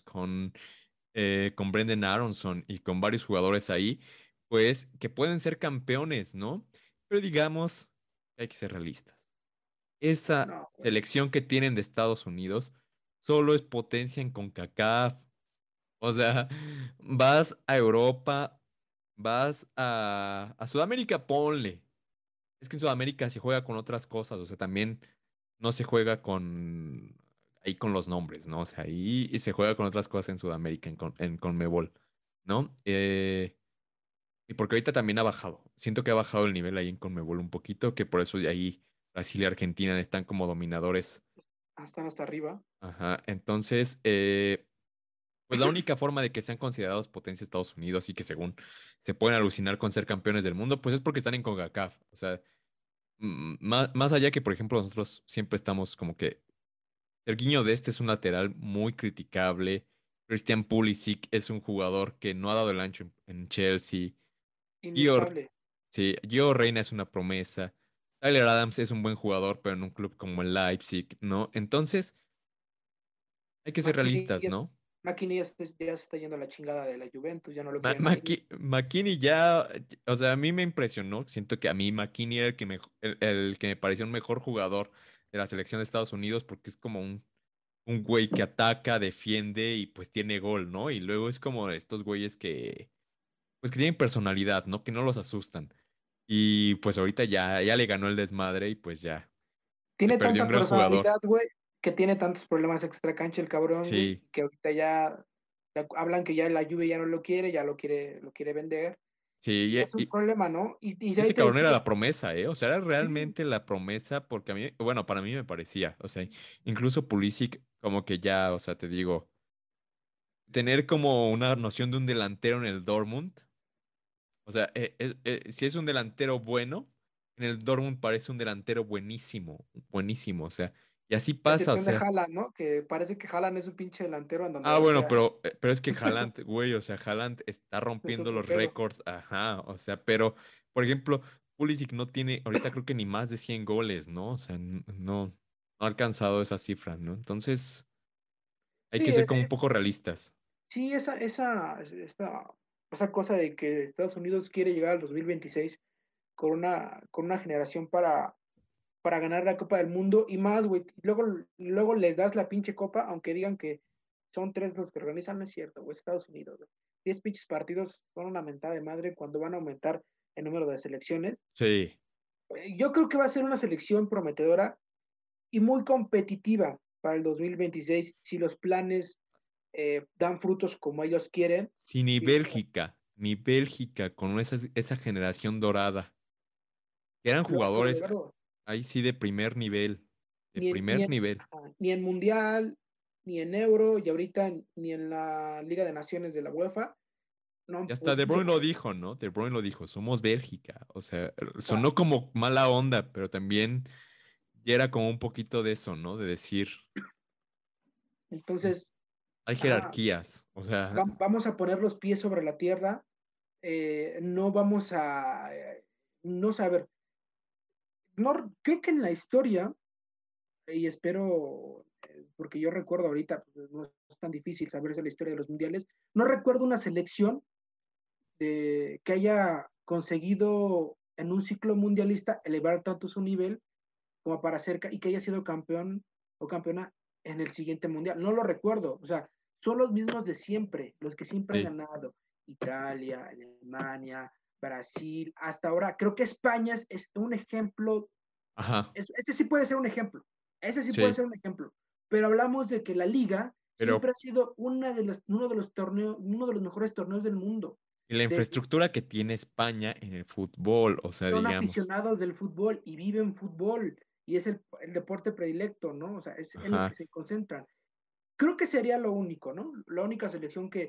con Brendan Aronson y con varios jugadores ahí, pues que pueden ser campeones, ¿no? Pero digamos que hay que ser realistas. Esa No, güey. selección que tienen de Estados Unidos solo es potencia en CONCACAF. O sea, vas a Europa, vas a Sudamérica, ponle. Es que en Sudamérica se juega con otras cosas, o sea, también no se juega con ahí con los nombres, ¿no? O sea, ahí se juega con otras cosas en Sudamérica, en Conmebol, ¿no? Y porque ahorita también ha bajado. Siento que ha bajado el nivel ahí en Conmebol un poquito, que por eso de ahí Brasil y Argentina están como dominadores. Están hasta arriba. Ajá. Entonces, pues la única forma de que sean considerados potencia Estados Unidos y que según se pueden alucinar con ser campeones del mundo, pues es porque están en CONCACAF. O sea, más allá que, por ejemplo, nosotros siempre estamos como que Serginho de este es un lateral muy criticable. Christian Pulisic es un jugador que no ha dado el ancho en Chelsea. Gio, Inestable. sí, Gio Reina es una promesa. Tyler Adams es un buen jugador, pero en un club como el Leipzig, ¿no? Entonces, hay que ser McKinney realistas, ¿no? Ya se está yendo a la chingada de la Juventus, ya no lo quieren ahí. McKinney ya, o sea, a mí me impresionó. Siento que a mí McKinney era el que me pareció un mejor jugador de la selección de Estados Unidos porque es como un güey que ataca, defiende y pues tiene gol, ¿no? Y luego es como estos güeyes pues que tienen personalidad, ¿no? Que no los asustan. Y pues ahorita ya le ganó el desmadre y pues ya, se Tiene perdió un tanta gran jugador. personalidad, güey, que tiene tantos problemas extra cancha el cabrón, güey, Sí, que ahorita ya hablan que ya la Juve ya no lo quiere, ya lo quiere vender. sí, Y es un problema, ¿no? Y ese ahorita cabrón era decía, la promesa, ¿eh? O sea, era sí, realmente la promesa porque a mí, bueno, para mí me parecía, o sea, incluso Pulisic como que ya, o sea, te digo, tener como una noción de un delantero en el Dortmund. O sea, si es un delantero bueno, en el Dortmund parece un delantero buenísimo, buenísimo, o sea, y así a pasa, o excepción de sea, Haaland, ¿no? Que parece que Haaland es un pinche delantero en donde bueno, voltea, pero es que Haaland, güey, o sea, Haaland está es rompiendo otro los pedo. récords, ajá, o sea, pero, por ejemplo, Pulisic no tiene, ahorita creo que ni más de 100 goles, ¿no? O sea, no ha alcanzado esa cifra, ¿no? Entonces, hay que Sí, ser como un poco realistas. sí, esa cosa de que Estados Unidos quiere llegar al 2026 con una generación para ganar la Copa del Mundo y más, güey. Luego les das la pinche copa, aunque digan que son tres los que organizan, no es cierto, güey, Estados Unidos, güey. 10 pinches partidos son una mentada de madre cuando van a aumentar el número de selecciones. Sí, Yo creo que va a ser una selección prometedora y muy competitiva para el 2026 si los planes dan frutos como ellos quieren. sí, ni Bélgica con esa generación dorada, que eran Lo jugadores logró. ahí sí de primer nivel, de Ni en, ni primer en, nivel. ajá, ni en Mundial, ni en Euro, y ahorita ni en la Liga de Naciones de la UEFA, no Y han hasta De podido, Bruyne lo güey. dijo, ¿no? De Bruyne lo dijo, somos Bélgica. O sea, O sea, sonó como mala onda, pero también ya era como un poquito de eso, ¿no? De decir, entonces, hay ajá, jerarquías. O sea, vamos a poner los pies sobre la tierra, no vamos no saber, no, creo que en la historia, y espero, porque yo recuerdo ahorita, pues, no es tan difícil saberse la historia de los mundiales, no recuerdo una selección que haya conseguido en un ciclo mundialista elevar tanto su nivel como para ser y que haya sido campeón o campeona en el siguiente mundial. No lo recuerdo, o sea, son los mismos de siempre, los que siempre han sí. ganado. Italia, Alemania, Brasil, hasta ahora. Creo que España es un ejemplo, Ajá, ese sí puede ser un ejemplo, ese sí puede sí. ser un ejemplo, pero hablamos de que la liga siempre Pero, ha sido uno de los torneos, uno de los mejores torneos del mundo. ¿y la De, infraestructura que tiene España en el fútbol? O sea, son digamos. aficionados del fútbol y viven fútbol y es el deporte predilecto, ¿no? O sea, es en lo que Ajá. se concentran. Creo que sería lo único, ¿no? La única selección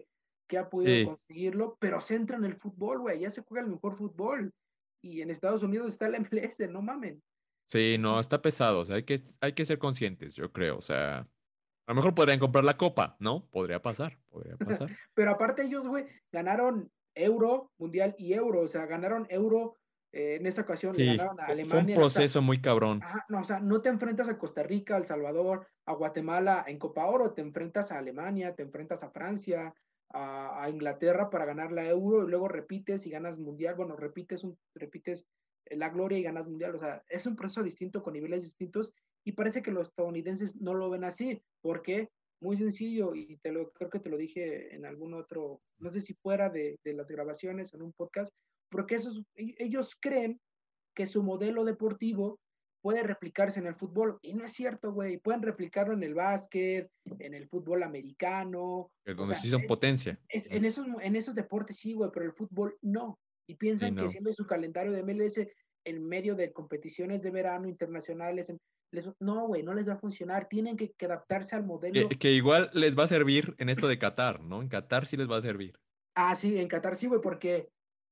que ha podido Sí, conseguirlo, pero centra en el fútbol, güey, ya se juega el mejor fútbol. Y en Estados Unidos está la MLS, no mamen. sí, no, Entonces, está pesado, o sea, hay que ser conscientes, yo creo, o sea, a lo mejor podrían comprar la copa, ¿no? Podría pasar, podría pasar. pero aparte ellos, güey, ganaron Euro, Mundial y Euro, o sea, ganaron Euro, en esa ocasión le Sí, ganaron a fue un Alemania, o sea, proceso muy cabrón. ajá, no, o sea, no te enfrentas a Costa Rica, a El Salvador, a Guatemala en Copa Oro, te enfrentas a Alemania, te enfrentas a Francia, a Inglaterra para ganar la Euro y luego repites y ganas Mundial, bueno, repites la gloria y ganas Mundial, o sea, es un proceso distinto con niveles distintos y parece que los estadounidenses no lo ven así, porque muy sencillo y creo que te lo dije en algún otro, no sé si fuera de las grabaciones en un podcast, porque ellos creen que su modelo deportivo puede replicarse en el fútbol. Y no es cierto, güey. Pueden replicarlo en el básquet, en el fútbol americano. Es O donde sea, sí son potencia. en esos deportes sí, güey, pero el fútbol no. Y Sí, piensan que no. siendo su calendario de MLS en medio de competiciones de verano internacionales, no, güey, no les va a funcionar. Tienen que adaptarse al Que, modelo. que igual les va a servir en esto de Qatar, ¿no? En Qatar sí les va a servir. Ah, sí, en Qatar sí, güey, porque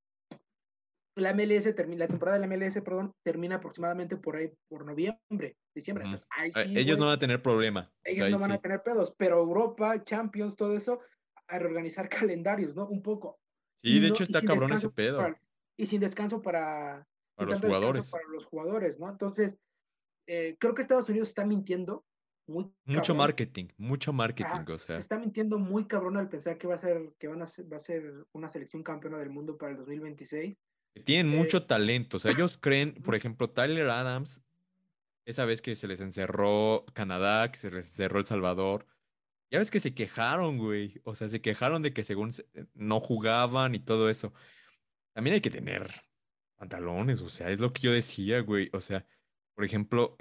la MLS la temporada de la MLS, perdón, termina aproximadamente por ahí, por noviembre, diciembre. Ujú. Entonces, ahí sí, Ellos no güey, van a tener problema. O sea, ellos ahí no van a sí. tener pedos, pero Europa, Champions, todo eso, a reorganizar calendarios, ¿no? Un poco. Sí, Y de no, hecho y está sin cabrón ese descanso pedo y sin descanso para sin los tanto descanso jugadores. para los jugadores, ¿no? Entonces, creo que Estados Unidos está mintiendo muy cabrón. Mucho Ajá, marketing, o se sea. está mintiendo muy cabrón al pensar que va a ser una selección campeona del mundo para el 2026. Que tienen Eh, mucho talento. O sea, ellos creen, por ejemplo, Tyler Adams, esa vez que se les encerró Canadá, que se les encerró El Salvador. Ya ves que se quejaron, güey. O sea, se quejaron de que según no jugaban y todo eso. También hay que tener pantalones, o sea, es lo que yo decía, güey. O sea, por ejemplo,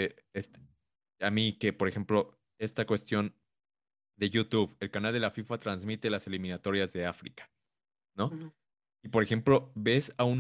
a mí que, por ejemplo, esta cuestión de YouTube, el canal de la FIFA transmite las eliminatorias de África, ¿no? Ujú. Y por ejemplo, ves a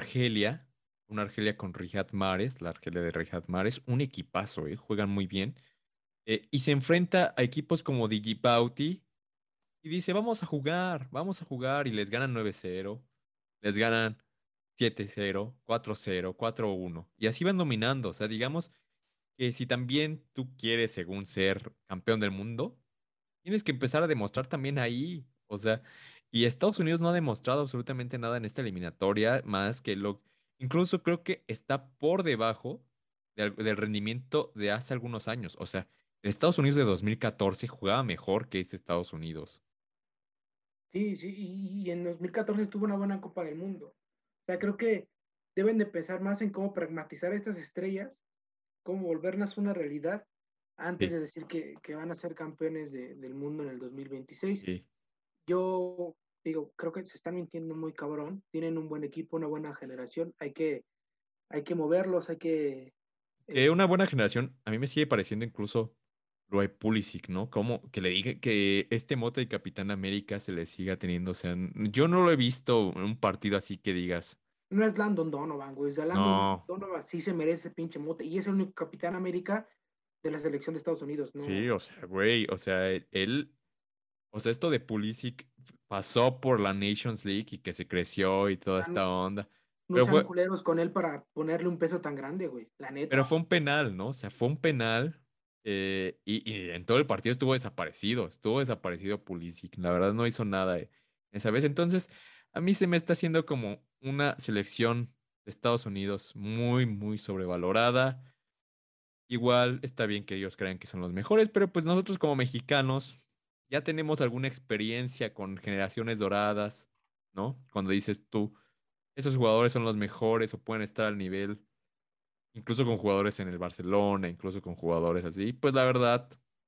una Argelia con Riyad Mahrez, la Argelia de Riyad Mahrez, un equipazo, juegan muy bien. Y se enfrenta a equipos como Djibouti y dice, vamos a jugar, y les ganan 9-0, les ganan 7-0, 4-0, 4-1, y así van dominando. O sea, digamos que si también tú quieres, según ser campeón del mundo, tienes que empezar a demostrar también ahí. O sea, y Estados Unidos no ha demostrado absolutamente nada en esta eliminatoria, más que incluso creo que está por debajo del rendimiento de hace algunos años. O sea, el Estados Unidos de 2014 jugaba mejor que este Estados Unidos. Sí, sí, y en 2014 tuvo una buena Copa del Mundo. O sea, creo que deben de pensar más en cómo pragmatizar estas estrellas, cómo volverlas una realidad antes Sí, de decir que van a ser campeones del mundo en el 2026. sí. Yo digo, creo que se están mintiendo muy cabrón, tienen un buen equipo, una buena generación, hay que moverlos, hay que... Que Es, una buena generación, a mí me sigue pareciendo incluso lo de Pulisic, ¿no? Como que le diga que este mote de Capitán América se le siga teniendo. O sea, yo no lo he visto en un partido así que digas, no es Landon Donovan, güey, o sea, Landon no, Donovan sí se merece ese pinche mote y es el único Capitán América de la selección de Estados Unidos, sí, no, o sea, güey, o sea, o sea, esto de Pulisic pasó por la Nations League y que se creció y o toda sea, esta onda. no Pero sean fue, culeros con él para ponerle un peso tan grande, güey, la pero neta. fue un penal, ¿no? O sea, fue un penal. Y en todo el partido estuvo desaparecido Pulisic, la verdad no hizo nada esa vez. Entonces, a mí se me está haciendo como una selección de Estados Unidos muy, muy sobrevalorada. Igual está bien que ellos crean que son los mejores, pero pues nosotros como mexicanos ya tenemos alguna experiencia con generaciones doradas, ¿no? Cuando dices tú, esos jugadores son los mejores o pueden estar al nivel incluso con jugadores en el Barcelona, incluso con jugadores así, pues la verdad,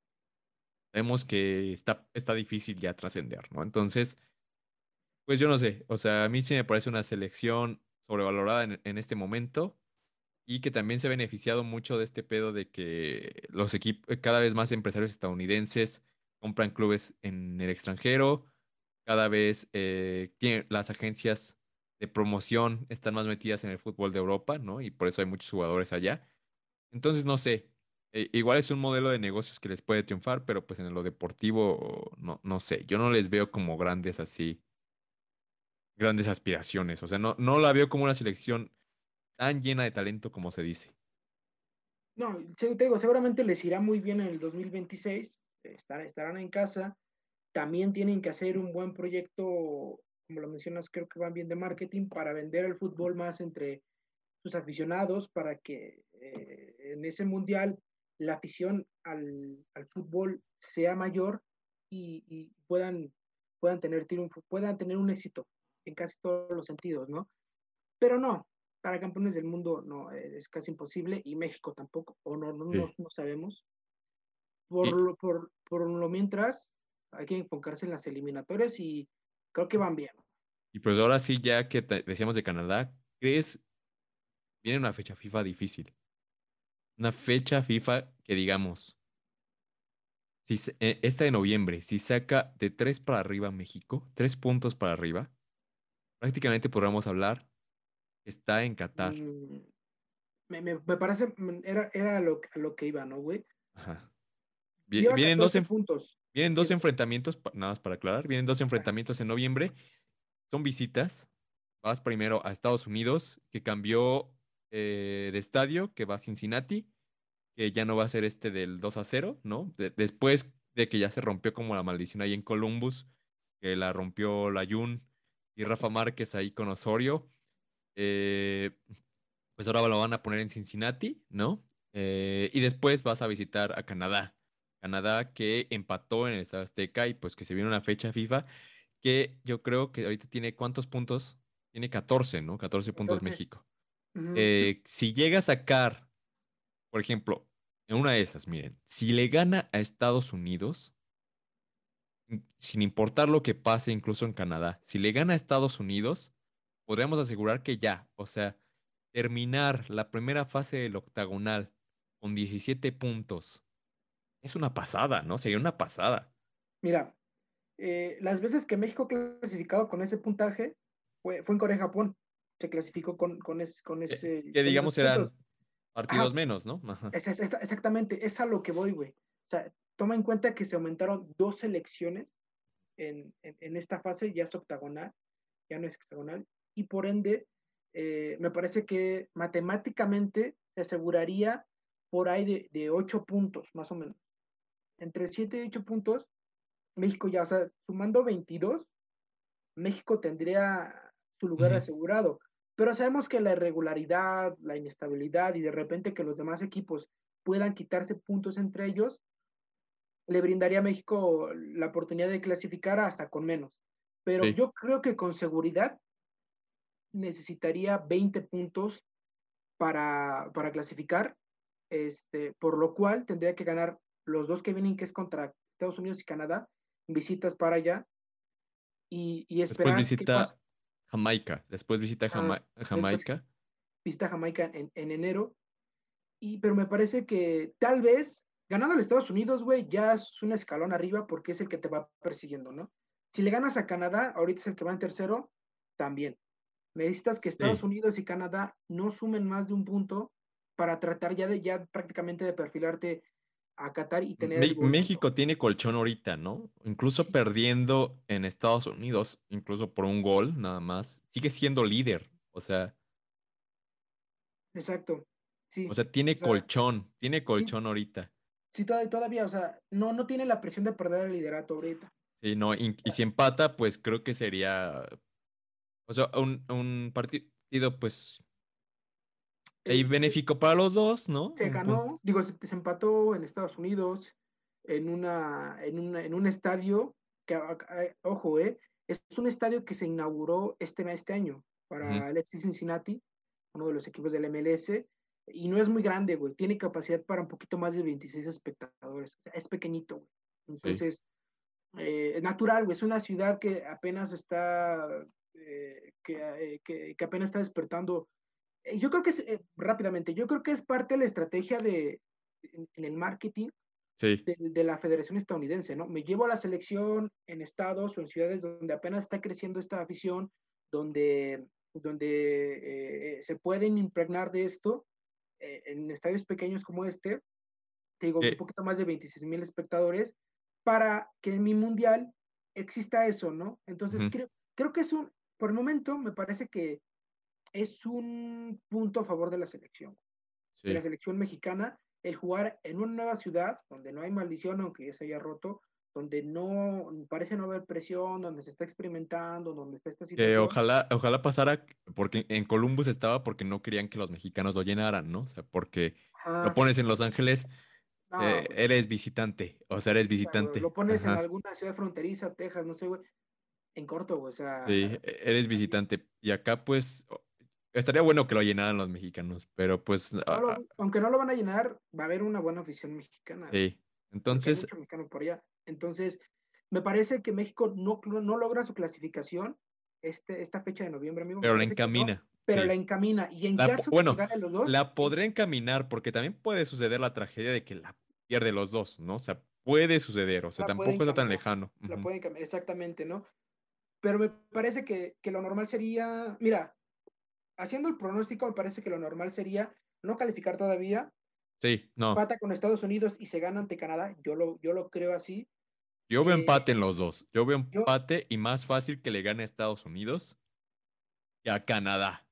vemos que está difícil ya trascender, ¿no? Entonces, pues yo no sé, o sea, a mí sí me parece una selección sobrevalorada en este momento y que también se ha beneficiado mucho de este pedo de que los equipos, cada vez más empresarios estadounidenses compran clubes en el extranjero, cada vez las agencias de promoción están más metidas en el fútbol de Europa, ¿no? Y por eso hay muchos jugadores allá. Entonces, no sé. igual es un modelo de negocios que les puede triunfar, pero pues en lo deportivo, no, no sé, yo no les veo como grandes así, grandes aspiraciones. O sea, no, no la veo como una selección tan llena de talento como se dice. No, te digo, seguramente les irá muy bien en el 2026, estarán en casa, también tienen que hacer un buen proyecto, como lo mencionas, creo que van bien de marketing para vender el fútbol más entre sus aficionados, para que en ese mundial la afición al fútbol sea mayor y puedan tener triunfo, puedan tener un éxito en casi todos los sentidos, ¿no? Pero no, para campeones del mundo no, es casi imposible y México tampoco, o Sí. no sabemos. Y, Por lo mientras, hay que enfocarse en las eliminatorias y creo que van bien. y pues ahora sí, ya que decíamos de Canadá, ¿crees? Viene una fecha FIFA difícil. Una fecha FIFA que digamos, si esta de noviembre, si saca de 3 para arriba México, 3 puntos para arriba, prácticamente podríamos hablar, está en Qatar. Mm, me parece, era a lo que iba, ¿no, güey? Ajá. Si lleva Vienen dos, 14 puntos, vienen dos digo, enfrentamientos, nada más para aclarar, vienen dos ajá, enfrentamientos en noviembre. Son visitas. Vas primero a Estados Unidos, que cambió de estadio, que va a Cincinnati, que ya no va a ser este del 2-0, ¿no? Después de que ya se rompió como la maldición ahí en Columbus, que la rompió Layún y Rafa Márquez ahí con Osorio, eh, pues ahora lo van a poner en Cincinnati, ¿no? Y después vas a visitar a Canadá. Canadá que empató en el Estadio Azteca y pues que se viene una fecha FIFA que yo creo que ahorita tiene ¿cuántos puntos? Tiene 14, ¿no? 14 puntos 14. México. Ujú. Si llega a sacar, por ejemplo, en una de esas, miren, si le gana a Estados Unidos, sin importar lo que pase incluso en Canadá, si le gana a Estados Unidos, podríamos asegurar que ya, o sea, terminar la primera fase del octagonal con 17 puntos, es una pasada, ¿no? Sería una pasada. Mira, las veces que México ha clasificado con ese puntaje fue en Corea-Japón. Se clasificó Que con esos digamos eran puntos. partidos Ajá, menos, ¿no? Ajá. exactamente, es a lo que voy, güey. O sea, toma en cuenta que se aumentaron dos selecciones en esta fase, ya es octagonal, ya no es hexagonal, y por ende, me parece que matemáticamente se aseguraría por ahí de 8 puntos, más o menos. Entre 7 y 8 puntos, México ya, o sea, sumando 22, México tendría su lugar Ujú. asegurado. Pero sabemos que la irregularidad, la inestabilidad y de repente que los demás equipos puedan quitarse puntos entre ellos, le brindaría a México la oportunidad de clasificar hasta con menos. Pero Sí. yo creo que con seguridad necesitaría 20 puntos para clasificar, por lo cual tendría que ganar los dos que vienen, que es contra Estados Unidos y Canadá, visitas para allá, y Después esperar qué pasa. visita Jamaica. Después visita Ah, después Jamaica. visita Jamaica en enero, pero me parece que tal vez ganando a Estados Unidos, güey, ya es un escalón arriba porque es el que te va persiguiendo, ¿no? Si le ganas a Canadá, ahorita es el que va en tercero, también. Necesitas que Estados Sí. Unidos y Canadá no sumen más de un punto para tratar ya prácticamente de perfilarte a Qatar y tener el boleto. México tiene colchón ahorita, ¿no? Incluso Sí, perdiendo en Estados Unidos, incluso por un gol nada más, sigue siendo líder. exacto. O Sí, sea, o sea, tiene sí, colchón ahorita. sí, todavía, o sea, no tiene la presión de perder el liderato ahorita. Sí, no, y si empata, pues creo que sería, o sea, un partido, pues, ahí Eh, se, benéfico para los dos, ¿no? se Un punto. ganó, digo, se empató en Estados Unidos, en un estadio que, ojo, es un estadio que se inauguró este año Ujú. para Alexis Cincinnati, uno de los equipos del MLS, y no es muy grande, güey, tiene capacidad para un poquito más de 26 espectadores, o sea, es pequeñito, güey. Sí. Entonces, es natural, güey, es una ciudad que apenas está, que apenas está despertando. Yo creo que es, rápidamente, yo creo que es parte de la estrategia en el marketing Sí. de la Federación Estadounidense, ¿no? Me llevo a la selección en estados o en ciudades donde apenas está creciendo esta afición, donde se pueden impregnar de esto, en estadios pequeños como este, te digo, un poquito más de 26,000 espectadores, para que en mi mundial exista eso, ¿no? Entonces, creo que por el momento, me parece que es un punto a favor de la selección Sí. mexicana, el jugar en una nueva ciudad donde no hay maldición, aunque ya se haya roto, donde no parece no haber presión, donde se está experimentando, donde está esta Que situación. ojalá pasara, porque en Columbus estaba porque no querían que los mexicanos lo llenaran, ¿no? O sea, porque lo Ajá. pones en Los Ángeles, No, güey. eres visitante, o sea, eres O sea, güey, lo visitante. pones en Ajá. alguna ciudad fronteriza, Texas, no sé, güey, en corto, güey. O Sí, sea, eres visitante. Y acá, pues, estaría bueno que lo llenaran los mexicanos, pero pues, aunque no lo van a llenar, va a haber una buena afición mexicana, güey, sí. porque hay Entonces, mucho mexicano por allá. Entonces, me parece que México no logra su clasificación esta fecha de noviembre, amigo, me pero la parece que no, encamina, pero la sí. encamina. Y en caso de que Bueno, gane los dos, la podré encaminar porque también puede suceder la tragedia de que la pierde los dos, ¿no? O sea, puede suceder, o sea, la puede tampoco está tan encaminar, lejano. la Ujú. puede encaminar, exactamente, ¿no? Pero me parece que lo normal sería, mira, haciendo el pronóstico, me parece que lo normal sería no calificar todavía, Sí, no. empata con Estados Unidos y se gana ante Canadá, yo lo creo así. Yo veo Eh, empate en los dos. Yo veo yo empate y más fácil que le gane a Estados Unidos que a Canadá.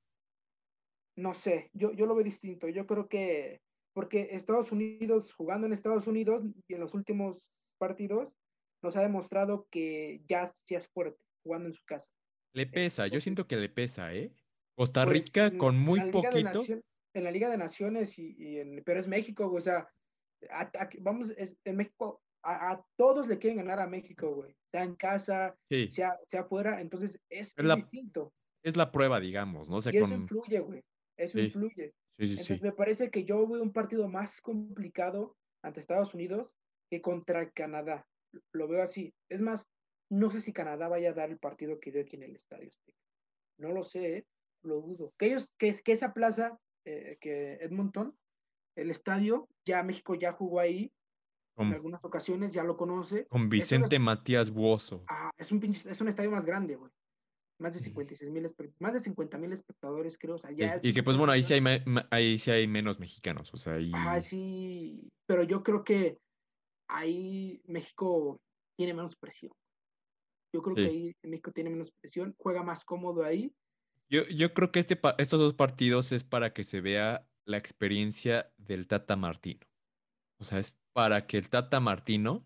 no sé, yo lo veo distinto. Yo creo que, porque Estados Unidos, jugando en Estados Unidos y en los últimos partidos, nos ha demostrado que ya es fuerte jugando en su casa. Le pesa, yo Entonces, siento que le pesa, ¿eh? Costa pues Rica con en muy la Liga de poquito. Naciones, en la Liga de Naciones pero es México, güey, o sea, vamos, en México, a todos le quieren ganar a México, güey, sea en casa, Sí, sea afuera, entonces es es la, distinto. es la prueba, digamos, ¿no? O sea, Y eso con... influye, güey. Eso Sí, influye. sí, sí, Entonces sí. me parece que yo veo un partido más complicado ante Estados Unidos que contra Canadá. Lo veo así. Es más, no sé si Canadá vaya a dar el partido que dio aquí en el Estadio Azteca. No lo sé, ¿eh? Lo dudo. Que esa plaza, que Edmonton, el estadio, ya México ya jugó ahí en Con, algunas ocasiones, ya lo conoce. con Vicente Matías Buoso. Es un estadio más grande, güey. Más de 56,000, más de 50,000 espectadores, creo. O sea, ya Sí, es y un que pues estadio bueno, más ahí sí grande. hay, ahí sí hay menos mexicanos, o sea, Ajá, ahí... sí, pero yo creo que ahí México tiene menos presión. Yo creo que Sí. ahí México tiene menos presión, juega más cómodo ahí. Yo creo que estos dos partidos es para que se vea la experiencia del Tata Martino. O sea, es para que el Tata Martino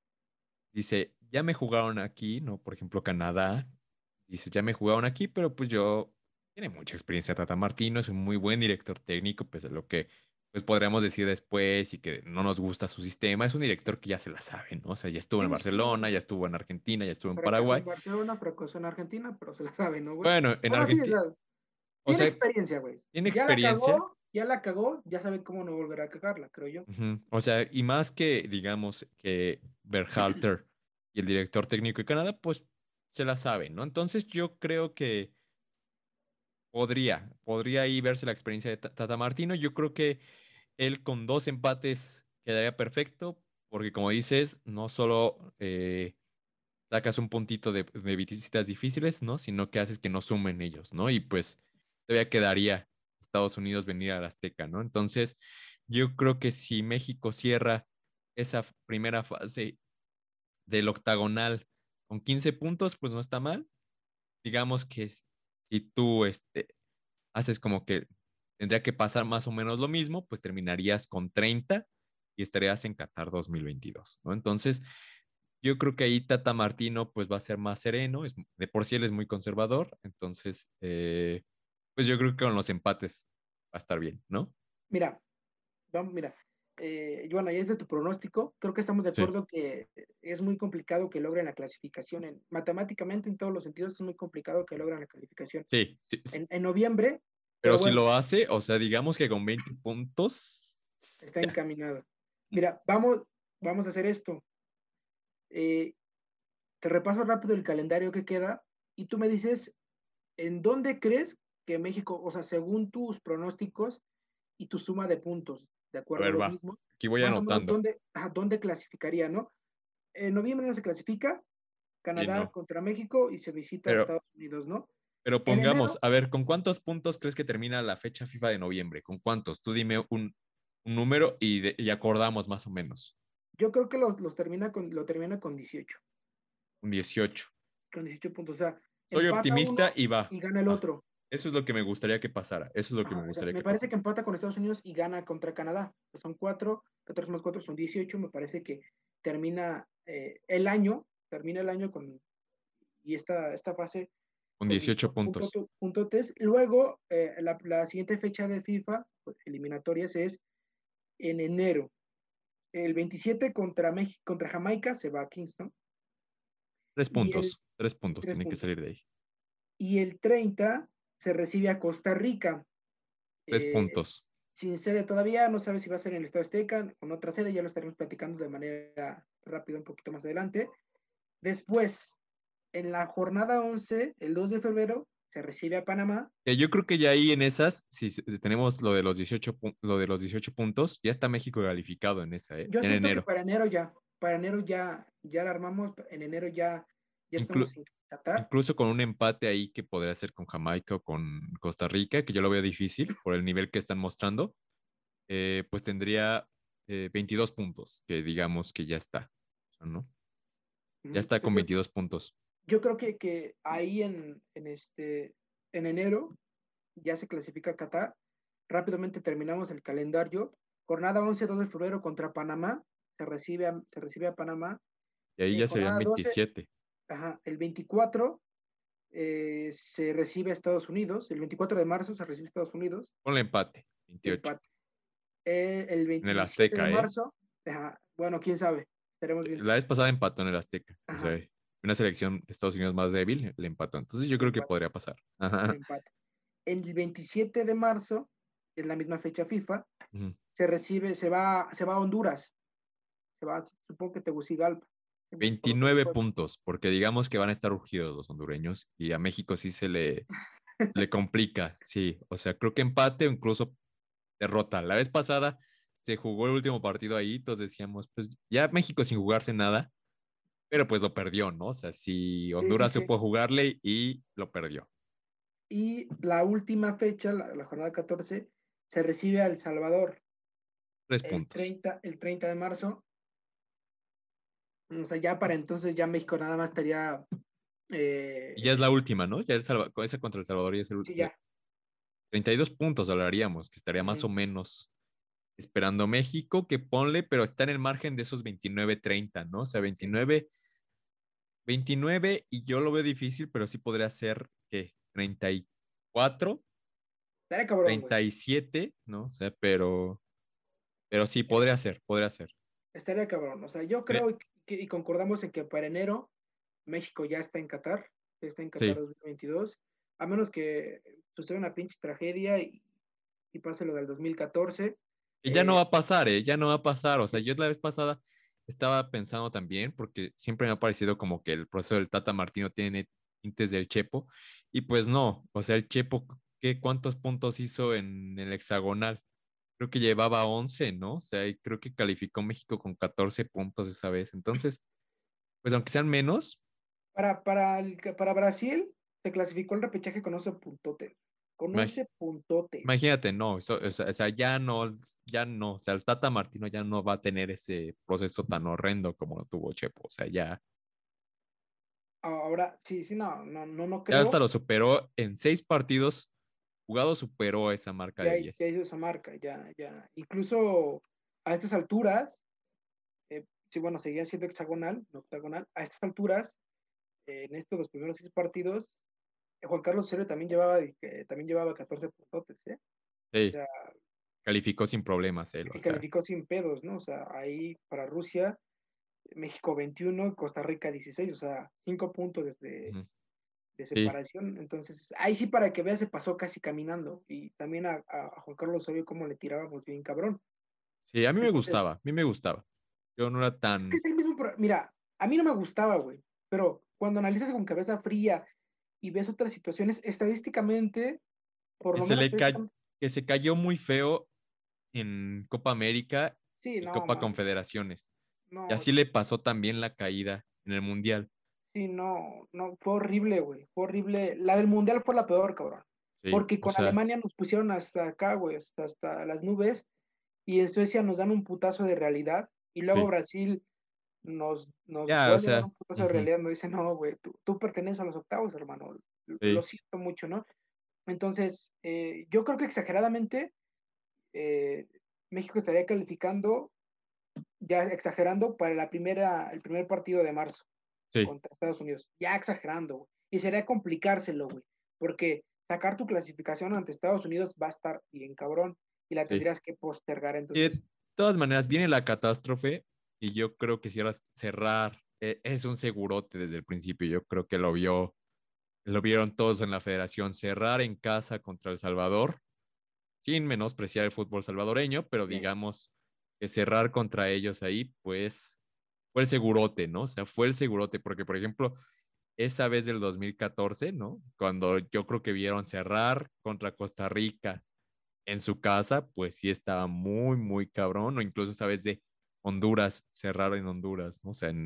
dice, ya me jugaron aquí, ¿no? Por ejemplo, Canadá, dice, ya me jugaron aquí, pero pues yo, tiene mucha experiencia Tata Martino, es un muy buen director técnico, pese a lo que pues podríamos decir después y que no nos gusta su sistema, es un director que ya se la sabe, ¿no? O sea, ya estuvo en Sí, Barcelona, sí, ya estuvo en Argentina, ya estuvo en fracasó Paraguay. en Barcelona, fracasó en Argentina, pero se la sabe, ¿no, güey? Bueno, en Bueno, sí, Argentina, o tiene sea, experiencia, güey. tiene experiencia. Ya la cagó, ya sabe cómo no volver a cagarla, creo yo. Ujú. O sea, y más que, digamos, que Berhalter y el director técnico de Canadá, pues se la saben, ¿no? Entonces yo creo que podría ahí verse la experiencia de Tata Martino. Yo creo que él con dos empates quedaría perfecto, porque como dices, no solo sacas un puntito de visitas difíciles, ¿no? Sino que haces que no sumen ellos, ¿no? Y pues todavía quedaría Estados Unidos venir a la Azteca, ¿no? Entonces, yo creo que si México cierra esa primera fase del octagonal con 15 puntos, pues no está mal. Digamos que si tú haces como que tendría que pasar más o menos lo mismo, pues terminarías con 30 y estarías en Qatar 2022, ¿no? Entonces, yo creo que ahí Tata Martino pues va a ser más sereno, de por sí él es muy conservador, entonces pues yo creo que con los empates va a estar bien, ¿no? Mira, mira, bueno, ahí es de tu pronóstico. Creo que estamos de Sí, acuerdo que es muy complicado que logren la clasificación. Matemáticamente, en todos los sentidos, es muy complicado que logren la calificación sí, sí, sí. en noviembre, Pero pero si bueno, lo hace, o sea, digamos que con 20 puntos, está ya. encaminado. Mira, vamos a hacer esto. Eh, Te repaso rápido el calendario que queda y tú me dices en dónde crees que México, o sea, según tus pronósticos y tu suma de puntos, de A acuerdo a ver, los va. mismos, Aquí voy más o menos anotando. dónde clasificaría, ¿no? En noviembre no se clasifica, Sí, Canadá no. contra México y se visita a Pero, Estados Unidos, ¿no? pero En pongamos, enero, a ver, ¿con cuántos puntos crees que termina la fecha FIFA de noviembre? ¿Con cuántos? Tú dime un un número y acordamos más o menos. Yo creo que lo termina con 18. Un 18. Con 18 puntos. O sea, Soy empata optimista uno y va. y gana el Va. otro. Eso es lo que me gustaría que pasara. Eso es lo que me Ajá, o sea, gustaría me que parece pasara. que empata con Estados Unidos y gana contra Canadá. Son 4, 14 más 4 son 18. Me parece que termina termina el año y esta fase Con con 18 18 puntos. puntotes. Luego, la siguiente fecha de FIFA, pues, eliminatorias, es en enero. El 27 contra México, contra Jamaica se va a Kingston. Tres Y el puntos. 3 puntos. tres Tienen que puntos. salir de ahí. Y el 30 se recibe a Costa Rica. Tres Eh, puntos. Sin sede todavía, no sabe si va a ser en el Estadio Azteca o en otra sede, ya lo estaremos platicando de manera rápida un poquito más adelante. Después, en la jornada 11, el 2 de febrero, se recibe a Panamá. Yo creo que ya ahí en esas, si tenemos lo de los 18, lo de los 18 puntos, ya está México calificado en esa, ¿eh? Yo En siento que enero. para enero ya la armamos, en enero ya Inclu- estamos en Qatar. Incluso con un empate ahí que podría ser con Jamaica o con Costa Rica, que yo lo veo difícil por el nivel que están mostrando, pues tendría 22 puntos, que digamos que ya está, ¿no? Ya está con Entonces, 22 puntos. yo creo que ahí en enero ya se clasifica Qatar. Rápidamente terminamos el calendario. Jornada 11, 2 de febrero contra Panamá. Se recibe a Panamá. Y ahí ya serían Jornada 12, 27. ajá, el 24 se recibe a Estados Unidos. El 24 de marzo se recibe a Estados Unidos. Ponle empate, 28. Empate. El En el 27 de Azteca, ¿eh? marzo, ajá, bueno, quién sabe. Estaremos bien. La vez pasada empató en el Azteca. O Ajá, sea, una selección de Estados Unidos más débil le empató. Entonces yo creo que empate, podría pasar. un Ajá. empate. El 27 de marzo, es la misma fecha FIFA, Ujú. se va a Honduras. Supongo que Tegucigalpa. Por otros 29 juegos. puntos, porque digamos que van a estar urgidos los hondureños y a México sí le complica, sí. O sea, creo que empate o incluso derrota. La vez pasada se jugó el último partido ahí, todos decíamos, pues ya México sin jugarse nada, pero pues lo perdió, ¿no? O sea, sí, Sí, sí, Honduras sí. supo jugarle y lo perdió. Y la última fecha, la jornada 14, se recibe a El Salvador Tres el puntos. 30, el 30 de marzo. O sea, ya para entonces ya México nada más estaría, Y ya es la eh, última, ¿no? Ya esa contra El Salvador ya es sí, ya. 32 puntos hablaríamos, que estaría más o Ujú. menos esperando México, que ponle, pero está en el margen de esos 29-30, ¿no? O sea, Sí. 29 y yo lo veo difícil, pero sí podría ser, ¿qué? 34, Estaría cabrón, güey. 37, ¿no? O sea, pero sí, Estaría, podría ser. estaría cabrón. O sea, yo Eh, creo y concordamos en que para enero México ya está en Qatar Sí, 2022, a menos que suceda una pinche tragedia y pase lo del 2014. y ya no Eh, va a pasar, ¿eh? Ya no va a pasar. O sea, yo la vez pasada estaba pensando también, porque siempre me ha parecido como que el proceso del Tata Martino tiene tintes del Chepo, y pues no, o sea, el Chepo, ¿cuántos puntos hizo en el hexagonal? Creo que llevaba 11, ¿no? O sea, y creo que calificó México con 14 puntos esa vez. Entonces, pues aunque sean menos, para Brasil se clasificó el repechaje con 11 puntotes. Con imag- 11 puntotes. imagínate, no, o sea, ya no, o sea, el Tata Martino ya no va a tener ese proceso tan horrendo como lo tuvo Chepo, o sea, Ahora, sí, sí, no ya hasta creo. lo superó en 6 partidos jugados, superó esa marca de Ya 10. hizo esa marca, ya. Incluso a estas alturas, sí, bueno, seguía siendo hexagonal, no octagonal. A estas alturas, en estos los primeros 6 partidos, Juan Carlos Osorio también llevaba 14 puntotes, ¿eh? O Sí, sea, calificó sin problemas él, o y sea, calificó sin pedos, ¿no? O sea, ahí para Rusia, México 21, Costa Rica 16, o sea, 5 puntos ujú, de sí, separación. Entonces, ahí sí para que veas se pasó casi caminando. Y también a Juan Carlos Osorio como le tirábamos bien cabrón. sí, a mí me Entonces, gustaba, a mí me gustaba. Yo no era es que tan... es el mismo, mira, a mí no me gustaba, güey, pero cuando analizas con cabeza fría y ves otras situaciones, estadísticamente, por Que lo se menos le ca- estadísticamente, que se cayó muy feo en Copa América sí, y no, Copa mames, Confederaciones. Y no, así le pasó también la caída en el Mundial. sí, no, fue horrible, güey, fue horrible. La del Mundial fue la peor, cabrón, Sí, porque o con sea, Alemania nos pusieron hasta acá, güey, hasta las nubes, y en Suecia nos dan un putazo de realidad, y luego Sí. Brasil nos Ya, o vuelve a dar sea, un putazo de ujú, realidad, nos dice, no, güey, tú perteneces a los octavos, hermano, lo sí, siento mucho, ¿no? Entonces, yo creo que exageradamente eh, México estaría calificando, ya exagerando, para el primer partido de marzo sí. contra Estados Unidos. Ya exagerando, güey. Y sería complicárselo, güey. Porque sacar tu clasificación ante Estados Unidos va a estar bien cabrón. Y la Sí. tendrías que postergar. Y de Entonces, todas maneras, viene la catástrofe y yo creo que si ahora cerrar es un segurote desde el principio. Yo creo que lo vieron todos en la federación. Cerrar en casa contra El Salvador, sin menospreciar el fútbol salvadoreño, pero sí. digamos que cerrar contra ellos ahí, pues fue el segurote, ¿no? O sea, fue el segurote, porque por ejemplo, esa vez del 2014, ¿no? Cuando yo creo que vieron cerrar contra Costa Rica en su casa, pues sí estaba muy, muy cabrón, o incluso esa vez de Honduras, cerrar en Honduras, ¿no? O sea,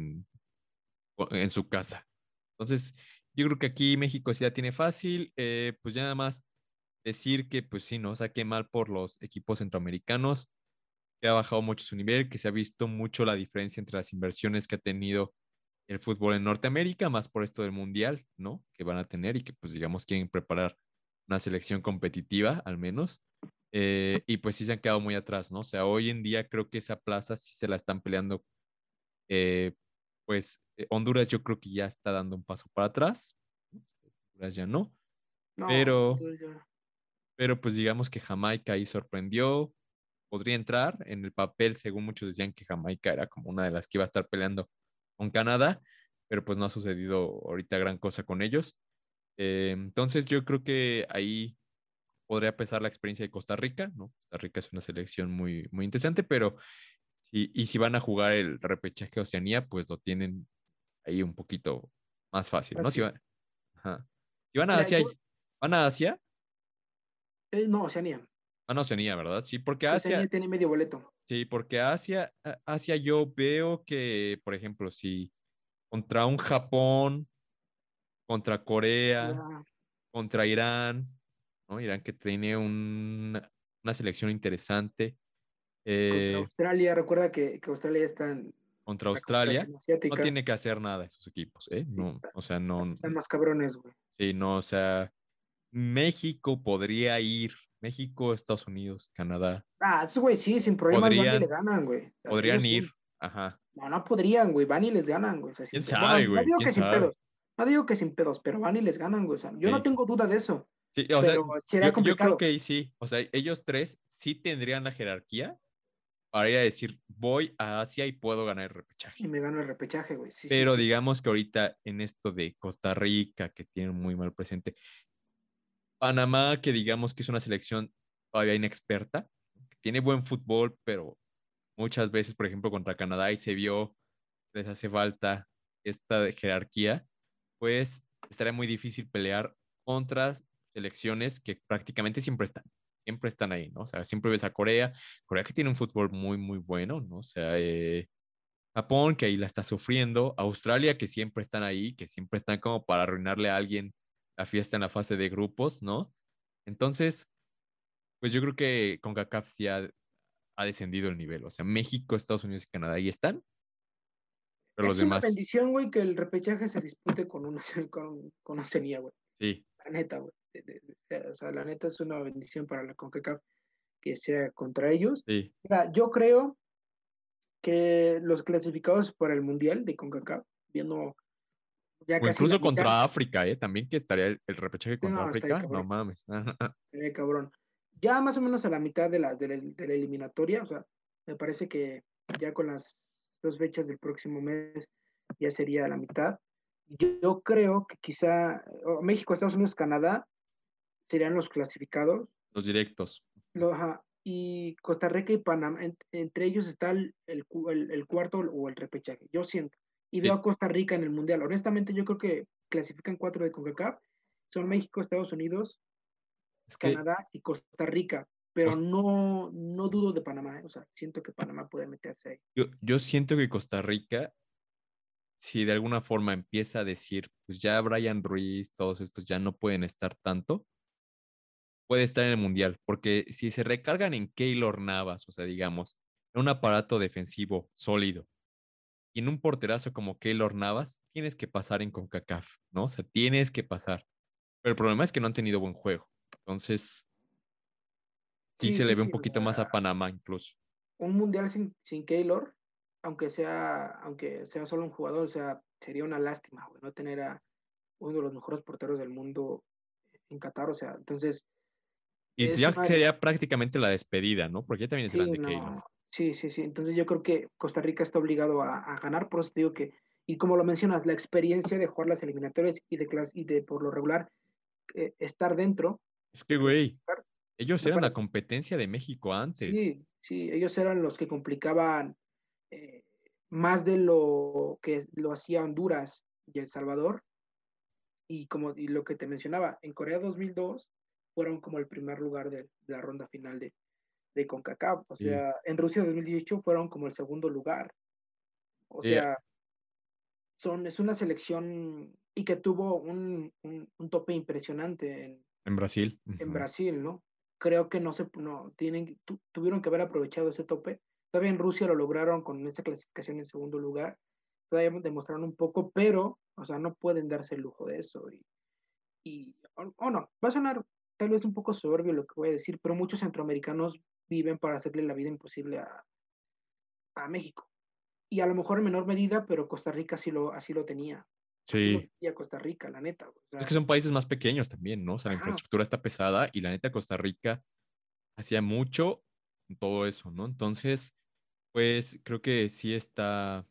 en su casa. Entonces, yo creo que aquí México sí la tiene fácil, pues ya nada más decir que, pues sí, ¿no? O sea, qué mal por los equipos centroamericanos, que ha bajado mucho su nivel, que se ha visto mucho la diferencia entre las inversiones que ha tenido el fútbol en Norteamérica, más por esto del Mundial, ¿no? Que van a tener y que, pues, digamos, quieren preparar una selección competitiva, al menos. Y pues sí se han quedado muy atrás, ¿no? O sea, hoy en día creo que esa plaza sí se la están peleando. eh, Honduras yo creo que ya está dando un paso para atrás. Honduras ya no. No, Pero, entonces ya. pero pues digamos que Jamaica ahí sorprendió. Podría entrar en el papel, según muchos decían que Jamaica era como una de las que iba a estar peleando con Canadá, pero pues no ha sucedido ahorita gran cosa con ellos. Entonces yo creo que ahí podría pesar la experiencia de Costa Rica, ¿no? Costa Rica es una selección muy, muy interesante, pero y si van a jugar el repechaje de Oceanía, pues lo tienen ahí un poquito más fácil, ¿no? Fácil. Ajá. Si van a Mira, Asia, van a Asia, no, Oceanía. van a Oceanía, ¿verdad? Sí, porque Oceanía Asia, tiene medio boleto. sí, porque Asia yo veo que, por ejemplo, si contra un Japón, contra Corea, Ya, contra Irán, ¿no? Irán que tiene una selección interesante, contra eh, Australia, recuerda que Australia está contra en la Australia, Confederación no Asiática. tiene que hacer nada esos equipos, ¿eh? Sí, No, o sea, no, están más cabrones, güey. sí, no, o sea, México podría ir, México, Estados Unidos, Canadá, Ah, esos güey sí, sin problemas van y le podrían, ganan, güey. O sea, podrían ellos ir, sí. ajá, No, no podrían, güey. Van y les ganan, güey. O sea, quién bueno, sabe, no güey, digo quién que sin sabe, pedos. No digo que sin pedos, pero van y les ganan, güey. O sea, yo no sí, tengo duda de eso. sí, o sea, Pero sería yo creo complicado. que ahí sí, o sea, ellos tres sí tendrían la jerarquía para ir a decir, voy a Asia y puedo ganar el repechaje. Y me gano el repechaje, güey. Sí, sí, Pero sí. digamos que ahorita en esto de Costa Rica, que tiene un muy mal presente, Panamá, que digamos que es una selección todavía inexperta, que tiene buen fútbol, pero muchas veces, por ejemplo, contra Canadá y se vio que les hace falta esta de jerarquía, pues estaría muy difícil pelear contra selecciones que prácticamente siempre están ahí, ¿no? O sea, siempre ves a Corea, Corea que tiene un fútbol muy, muy bueno, ¿no? O sea, Japón, que ahí la está sufriendo, Australia, que siempre están ahí, que siempre están como para arruinarle a alguien la fiesta en la fase de grupos, ¿no? Entonces, pues yo creo que CONCACAF sí ha descendido el nivel. O sea, México, Estados Unidos y Canadá ahí están, pero los Es una demás, bendición, güey, que el repechaje se dispute con Oceanía, güey. sí, La neta, güey. O sea, la neta es una bendición para la CONCACAF que sea contra ellos. sí. Mira, yo creo que los clasificados para el Mundial de CONCACAF, viendo ya O casi la incluso mitad, contra África, ¿eh? También que estaría el repechaje contra no, está ahí África, no cabrón, mames. está ahí cabrón. Ya más o menos a la mitad de la eliminatoria, o sea, me parece que ya con las dos fechas del próximo mes ya sería la mitad. Yo creo que quizá México, Estados Unidos, Canadá serían los clasificados. Los directos. Ajá, y Costa Rica y Panamá, entre ellos está el cuarto o el repechaje, yo siento. Y veo Sí, a Costa Rica en el Mundial. Honestamente, yo creo que clasifican cuatro de CONCACAF. Son México, Estados Unidos, es que Canadá y Costa Rica. Pero Cos- no dudo de Panamá. O sea, siento que Panamá puede meterse ahí. yo siento que Costa Rica, si de alguna forma empieza a decir, pues ya Brian Ruiz, todos estos ya no pueden estar tanto, puede estar en el Mundial, porque si se recargan en Keylor Navas, o sea, digamos, en un aparato defensivo sólido y en un porterazo como Keylor Navas, tienes que pasar en CONCACAF, ¿no? O sea, tienes que pasar. Pero el problema es que no han tenido buen juego. Entonces, sí Sí, se le sí, ve un sí, o poquito más a sea, Panamá incluso. un mundial sin Keylor, aunque sea solo un jugador, o sea, sería una lástima, güey, no tener a uno de los mejores porteros del mundo en Qatar, o sea, entonces Y es ya una, sería prácticamente la despedida, ¿no? Porque ya también es sí, grande Keylor. no, sí, sí, sí, entonces yo creo que Costa Rica está obligado a ganar, por eso te digo que, y como lo mencionas, la experiencia de jugar las eliminatorias y de por lo regular estar dentro, Es de que, güey, clasificar, ellos me eran la parece, competencia de México antes. sí, sí, ellos eran los que complicaban eh, más de lo que lo hacía Honduras y El Salvador. Y lo que te mencionaba, en Corea 2002 fueron como el primer lugar de la ronda final de CONCACAF. O Sí. sea, en Rusia 2018 fueron como el segundo lugar. O Sí, sea, es una selección y que tuvo un tope impresionante en Brasil. en Ujú. Brasil, ¿no? Creo que tuvieron que haber aprovechado ese tope. Todavía en Rusia lo lograron con esa clasificación en segundo lugar. Todavía demostraron un poco, pero, o sea, no pueden darse el lujo de eso. O no, va a sonar tal vez un poco soberbio lo que voy a decir, pero muchos centroamericanos viven para hacerle la vida imposible a México. Y a lo mejor en menor medida, pero Costa Rica así lo tenía. Así lo Sí. tenía Costa Rica, la neta. O Es que sea, son países más pequeños también, ¿no? O sea, la ajá, infraestructura está pesada y la neta Costa Rica hacía mucho en todo eso, ¿no? Entonces, pues creo que sí está,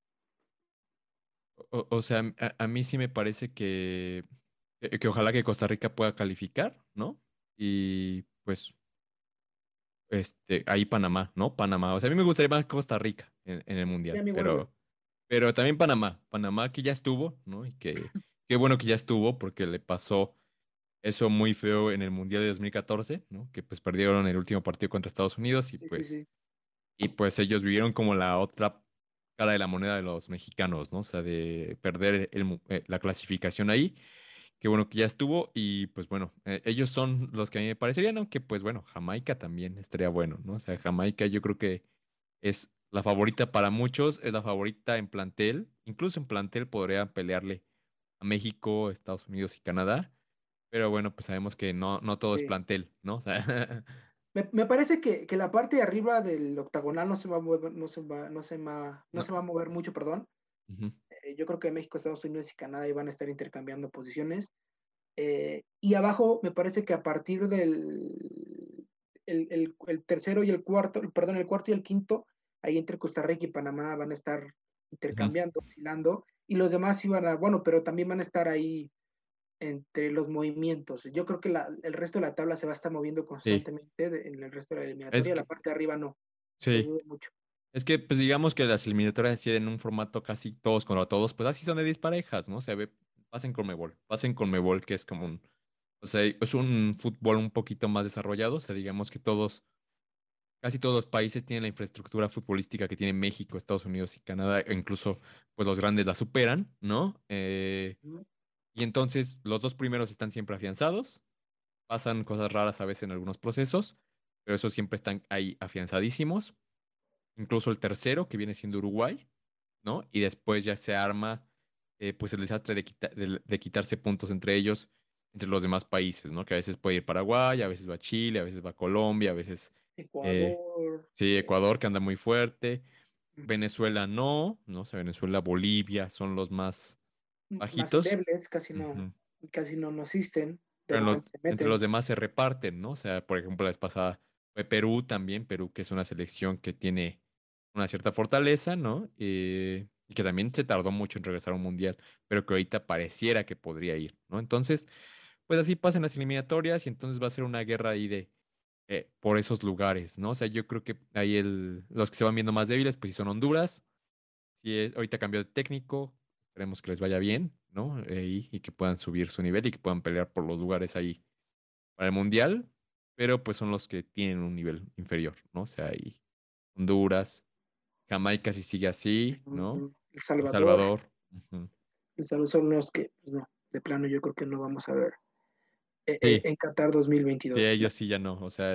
o sea, a mí sí me parece que ojalá que Costa Rica pueda calificar, ¿no? Y pues, ahí Panamá, ¿no? Panamá. O sea, a mí me gustaría más Costa Rica en el y a Mundial, mí igual, güey. pero también Panamá. Panamá que ya estuvo, ¿no? Y qué bueno que ya estuvo porque le pasó eso muy feo en el Mundial de 2014, ¿no? Que pues perdieron el último partido contra Estados Unidos Sí, sí, sí. y pues ellos vivieron como la otra cara de la moneda de los mexicanos, ¿no? O sea, de perder la clasificación ahí. Qué bueno que ya estuvo y pues bueno, ellos son los que a mí me parecerían, aunque pues bueno, Jamaica también estaría bueno, ¿no? O sea, Jamaica yo creo que es la favorita para muchos, es la favorita en plantel, incluso en plantel podría pelearle a México, Estados Unidos y Canadá, pero bueno, pues sabemos que no todo es Sí. plantel, ¿no? O sea, Me parece que la parte de arriba del octagonal no se va a mover, no no. se va a mover mucho, perdón. Ujú. Yo creo que México, Estados Unidos y Canadá iban a estar intercambiando posiciones. Y abajo me parece que a partir del el tercero y el cuarto, perdón, el cuarto y el quinto, ahí entre Costa Rica y Panamá van a estar Ujú. intercambiando, oscilando, y los demás iban bueno, pero también van a estar ahí entre los movimientos. Yo creo que el resto de la tabla se va a estar moviendo Sí, constantemente en el resto de la es eliminatoria, la que, parte de arriba no, lo sí, dudo mucho. es que pues digamos que las eliminatorias tienen un formato casi todos contra todos, pues así son de 10 parejas, ¿no? O sea, pasen con Mebol, que es como o sea, es un fútbol un poquito más desarrollado, o sea, digamos que casi todos los países tienen la infraestructura futbolística que tiene México, Estados Unidos y Canadá, e incluso pues los grandes la superan, ¿no? Y entonces los dos primeros están siempre afianzados, pasan cosas raras a veces en algunos procesos, pero esos siempre están ahí afianzadísimos, incluso el tercero, que viene siendo Uruguay, ¿no? Y después ya se arma pues el desastre de quitarse puntos entre ellos, entre los demás países, ¿no? Que a veces puede ir Paraguay, a veces va Chile, a veces va Colombia, a veces eh, Ecuador, sí, Ecuador que anda muy fuerte, Venezuela no, o sea, Venezuela, Bolivia son los más más bajitos. endebles, Ujú. casi no asisten, de Pero repente se entre los meten. demás se reparten, ¿no? O sea, por ejemplo, la vez pasada fue Perú también, Perú que es una selección que tiene una cierta fortaleza, ¿no? Y que también se tardó mucho en regresar a un mundial, pero que ahorita pareciera que podría ir, ¿no? Entonces, pues así pasan las eliminatorias y entonces va a ser una guerra ahí por esos lugares, ¿no? O sea, yo creo que ahí los que se van viendo más débiles, pues sí son Honduras, si es, ahorita cambió de técnico, esperemos que les vaya bien, ¿no? Y que puedan subir su nivel y que puedan pelear por los lugares ahí para el mundial, pero pues son los que tienen un nivel inferior, ¿no? O sea, ahí Honduras, Jamaica si sigue así, ¿no? El El Salvador, Salvador. Ujú. el Salvador son los que, pues no, de plano yo creo que no vamos a ver. Sí, en Qatar dos mil sí, veintidós. ellos sí ya no. O sea,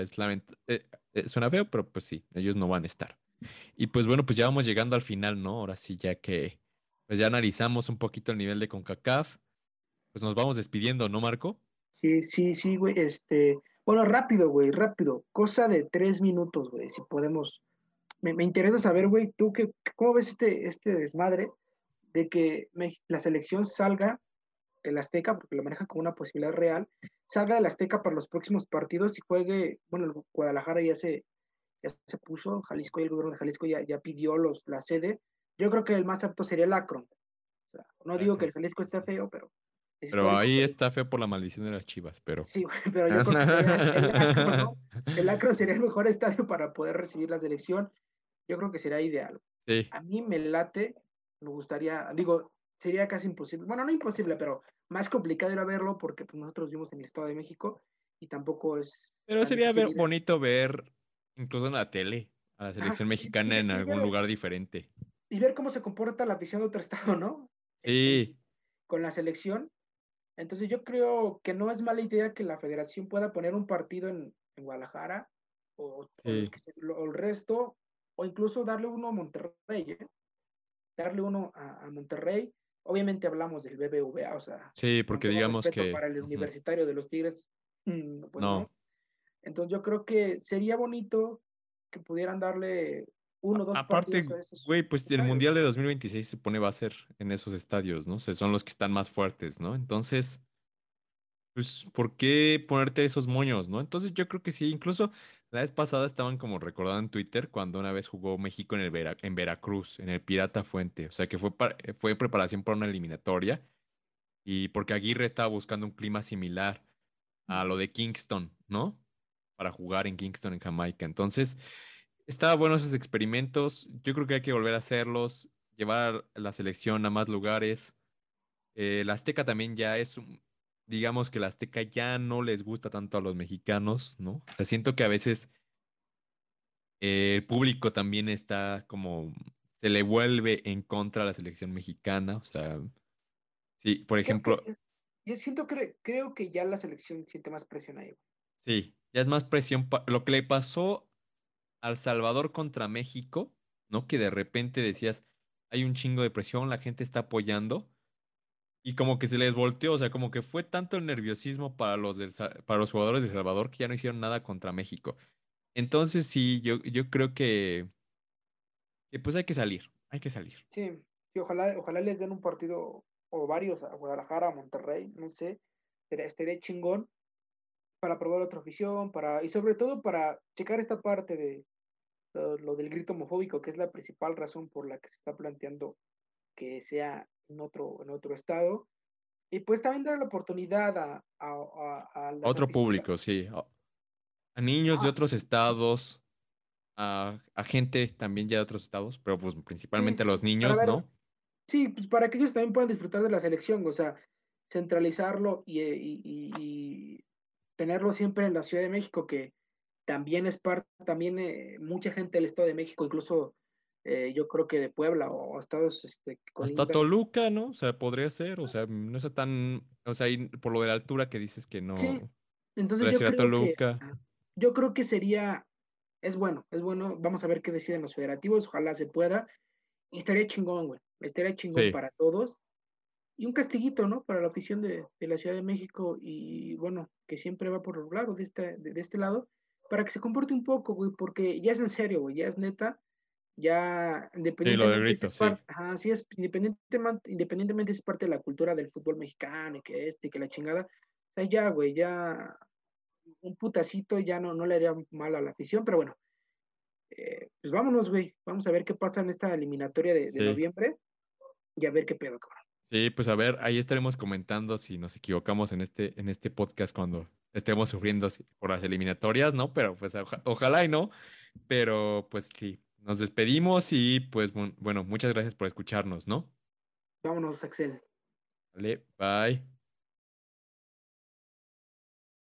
suena feo, pero pues sí, ellos no van a estar. Y pues bueno, pues ya vamos llegando al final, ¿no? Ahora sí, ya que pues ya analizamos un poquito el nivel de CONCACAF, pues nos vamos despidiendo, ¿no, Marco? Sí, sí, sí, güey. Bueno, rápido, güey, rápido. Cosa de 3 minutos, güey, si podemos. Me interesa saber, güey, tú cómo ves este desmadre de que la selección salga del Azteca, porque lo maneja como una posibilidad real, salga del Azteca para los próximos partidos y juegue, bueno, el Guadalajara ya se puso, Jalisco y el gobierno de Jalisco ya pidió la sede. Yo creo que el más apto sería el Akron. O sea, no digo que Lacro. el Jalisco esté feo, pero es Pero histórico, ahí pero está feo por la maldición de las Chivas, pero. sí, güey, pero yo creo que sería el Akron, ¿no? El Akron sería el mejor estadio para poder recibir la selección. Yo creo que sería ideal. Sí, A mí me late, me gustaría, digo, sería casi imposible, bueno, no imposible, pero más complicado ir a verlo porque pues, nosotros vivimos en el Estado de México y tampoco es pero tan sería difícil ir a... bonito ver, incluso en la tele, a la Ajá, selección y, mexicana en y algún ver, lugar diferente. y ver cómo se comporta la afición de otro estado, ¿no? Sí, Con la selección. Entonces yo creo que no es mala idea que la federación pueda poner un partido en Guadalajara o los sí, que o el resto, o incluso darle uno a Monterrey, ¿eh? Darle uno a Monterrey. Obviamente hablamos del BBVA, o sea, sí, con porque todo digamos respeto que, para el ujú, universitario de los Tigres, pues no. no. Entonces yo creo que sería bonito que pudieran darle uno o dos partidos Aparte, a esos güey, pues el estadios. Mundial de 2026 se supone va a ser en esos estadios, ¿no? O sea, son los que están más fuertes, ¿no? Entonces, pues, ¿por qué ponerte esos moños, no? Entonces yo creo que sí, incluso la vez pasada estaban como recordando en Twitter cuando una vez jugó México en Veracruz, en el Pirata Fuente, o sea que fue preparación para una eliminatoria y porque Aguirre estaba buscando un clima similar a lo de Kingston, ¿no? Para jugar en Kingston, en Jamaica. Entonces, estaba bueno esos experimentos, yo creo que hay que volver a hacerlos, llevar la selección a más lugares. La Azteca también ya digamos que la Azteca ya no les gusta tanto a los mexicanos, ¿no? O sea, siento que a veces el público también está como, se le vuelve en contra a la selección mexicana, o sea, sí, por Creo que, ejemplo, yo siento que creo que ya la selección siente más presión ahí, güey. sí, ya es más presión, lo que le pasó al Salvador contra México, ¿no? Que de repente decías, hay un chingo de presión, la gente está apoyando. Y como que se les volteó, o sea, como que fue tanto el nerviosismo para para los jugadores de Salvador que ya no hicieron nada contra México. Entonces sí, yo creo que pues hay que salir, hay que salir. Sí, sí, ojalá les den un partido o varios a Guadalajara, a Monterrey, no sé, estaría chingón para probar otra afición, y sobre todo para checar esta parte de lo del grito homofóbico, que es la principal razón por la que se está planteando que sea en otro estado. Y pues también dar la oportunidad a A las otro aficiones. público, sí. A niños de Ah, otros estados, a gente también ya de otros estados, pero pues sí, principalmente a sí, los para niños, ver, ¿no? sí, pues para que ellos también puedan disfrutar de la selección, o sea, centralizarlo y tenerlo siempre en la Ciudad de México, que también es parte, también mucha gente del Estado de México, incluso yo creo que de Puebla o estados que Hasta colindan. Toluca, ¿no? O sea, podría ser, o sea, no está tan, o sea, y por lo de la altura que dices que Sí, no, entonces podría ser a Toluca. yo creo que es bueno, vamos a ver qué deciden los federativos, ojalá se pueda, y estaría chingón, güey, estaría chingón Sí, para todos, y un castiguito, ¿no? Para la afición de la Ciudad de México, y bueno, que siempre va por los lados de este lado, para que se comporte un poco, güey, porque ya es en serio, güey, ya es neta, ya sí, lo del independientemente si grito, es sí. parte, ajá, si es independientemente si es parte de la cultura del fútbol mexicano, y que la chingada, o sea, ya, güey, ya un putacito ya no le haría mal a la afición, pero bueno, pues vámonos, güey. Vamos a ver qué pasa en esta eliminatoria de Sí. noviembre y a ver qué pedo, cabrón. Sí, pues a ver, ahí estaremos comentando si nos equivocamos en este podcast cuando estemos sufriendo por las eliminatorias, ¿no? Pero pues ojalá y no, pero pues sí, nos despedimos y pues bueno, muchas gracias por escucharnos, ¿no? Vámonos, Axel. Vale, bye.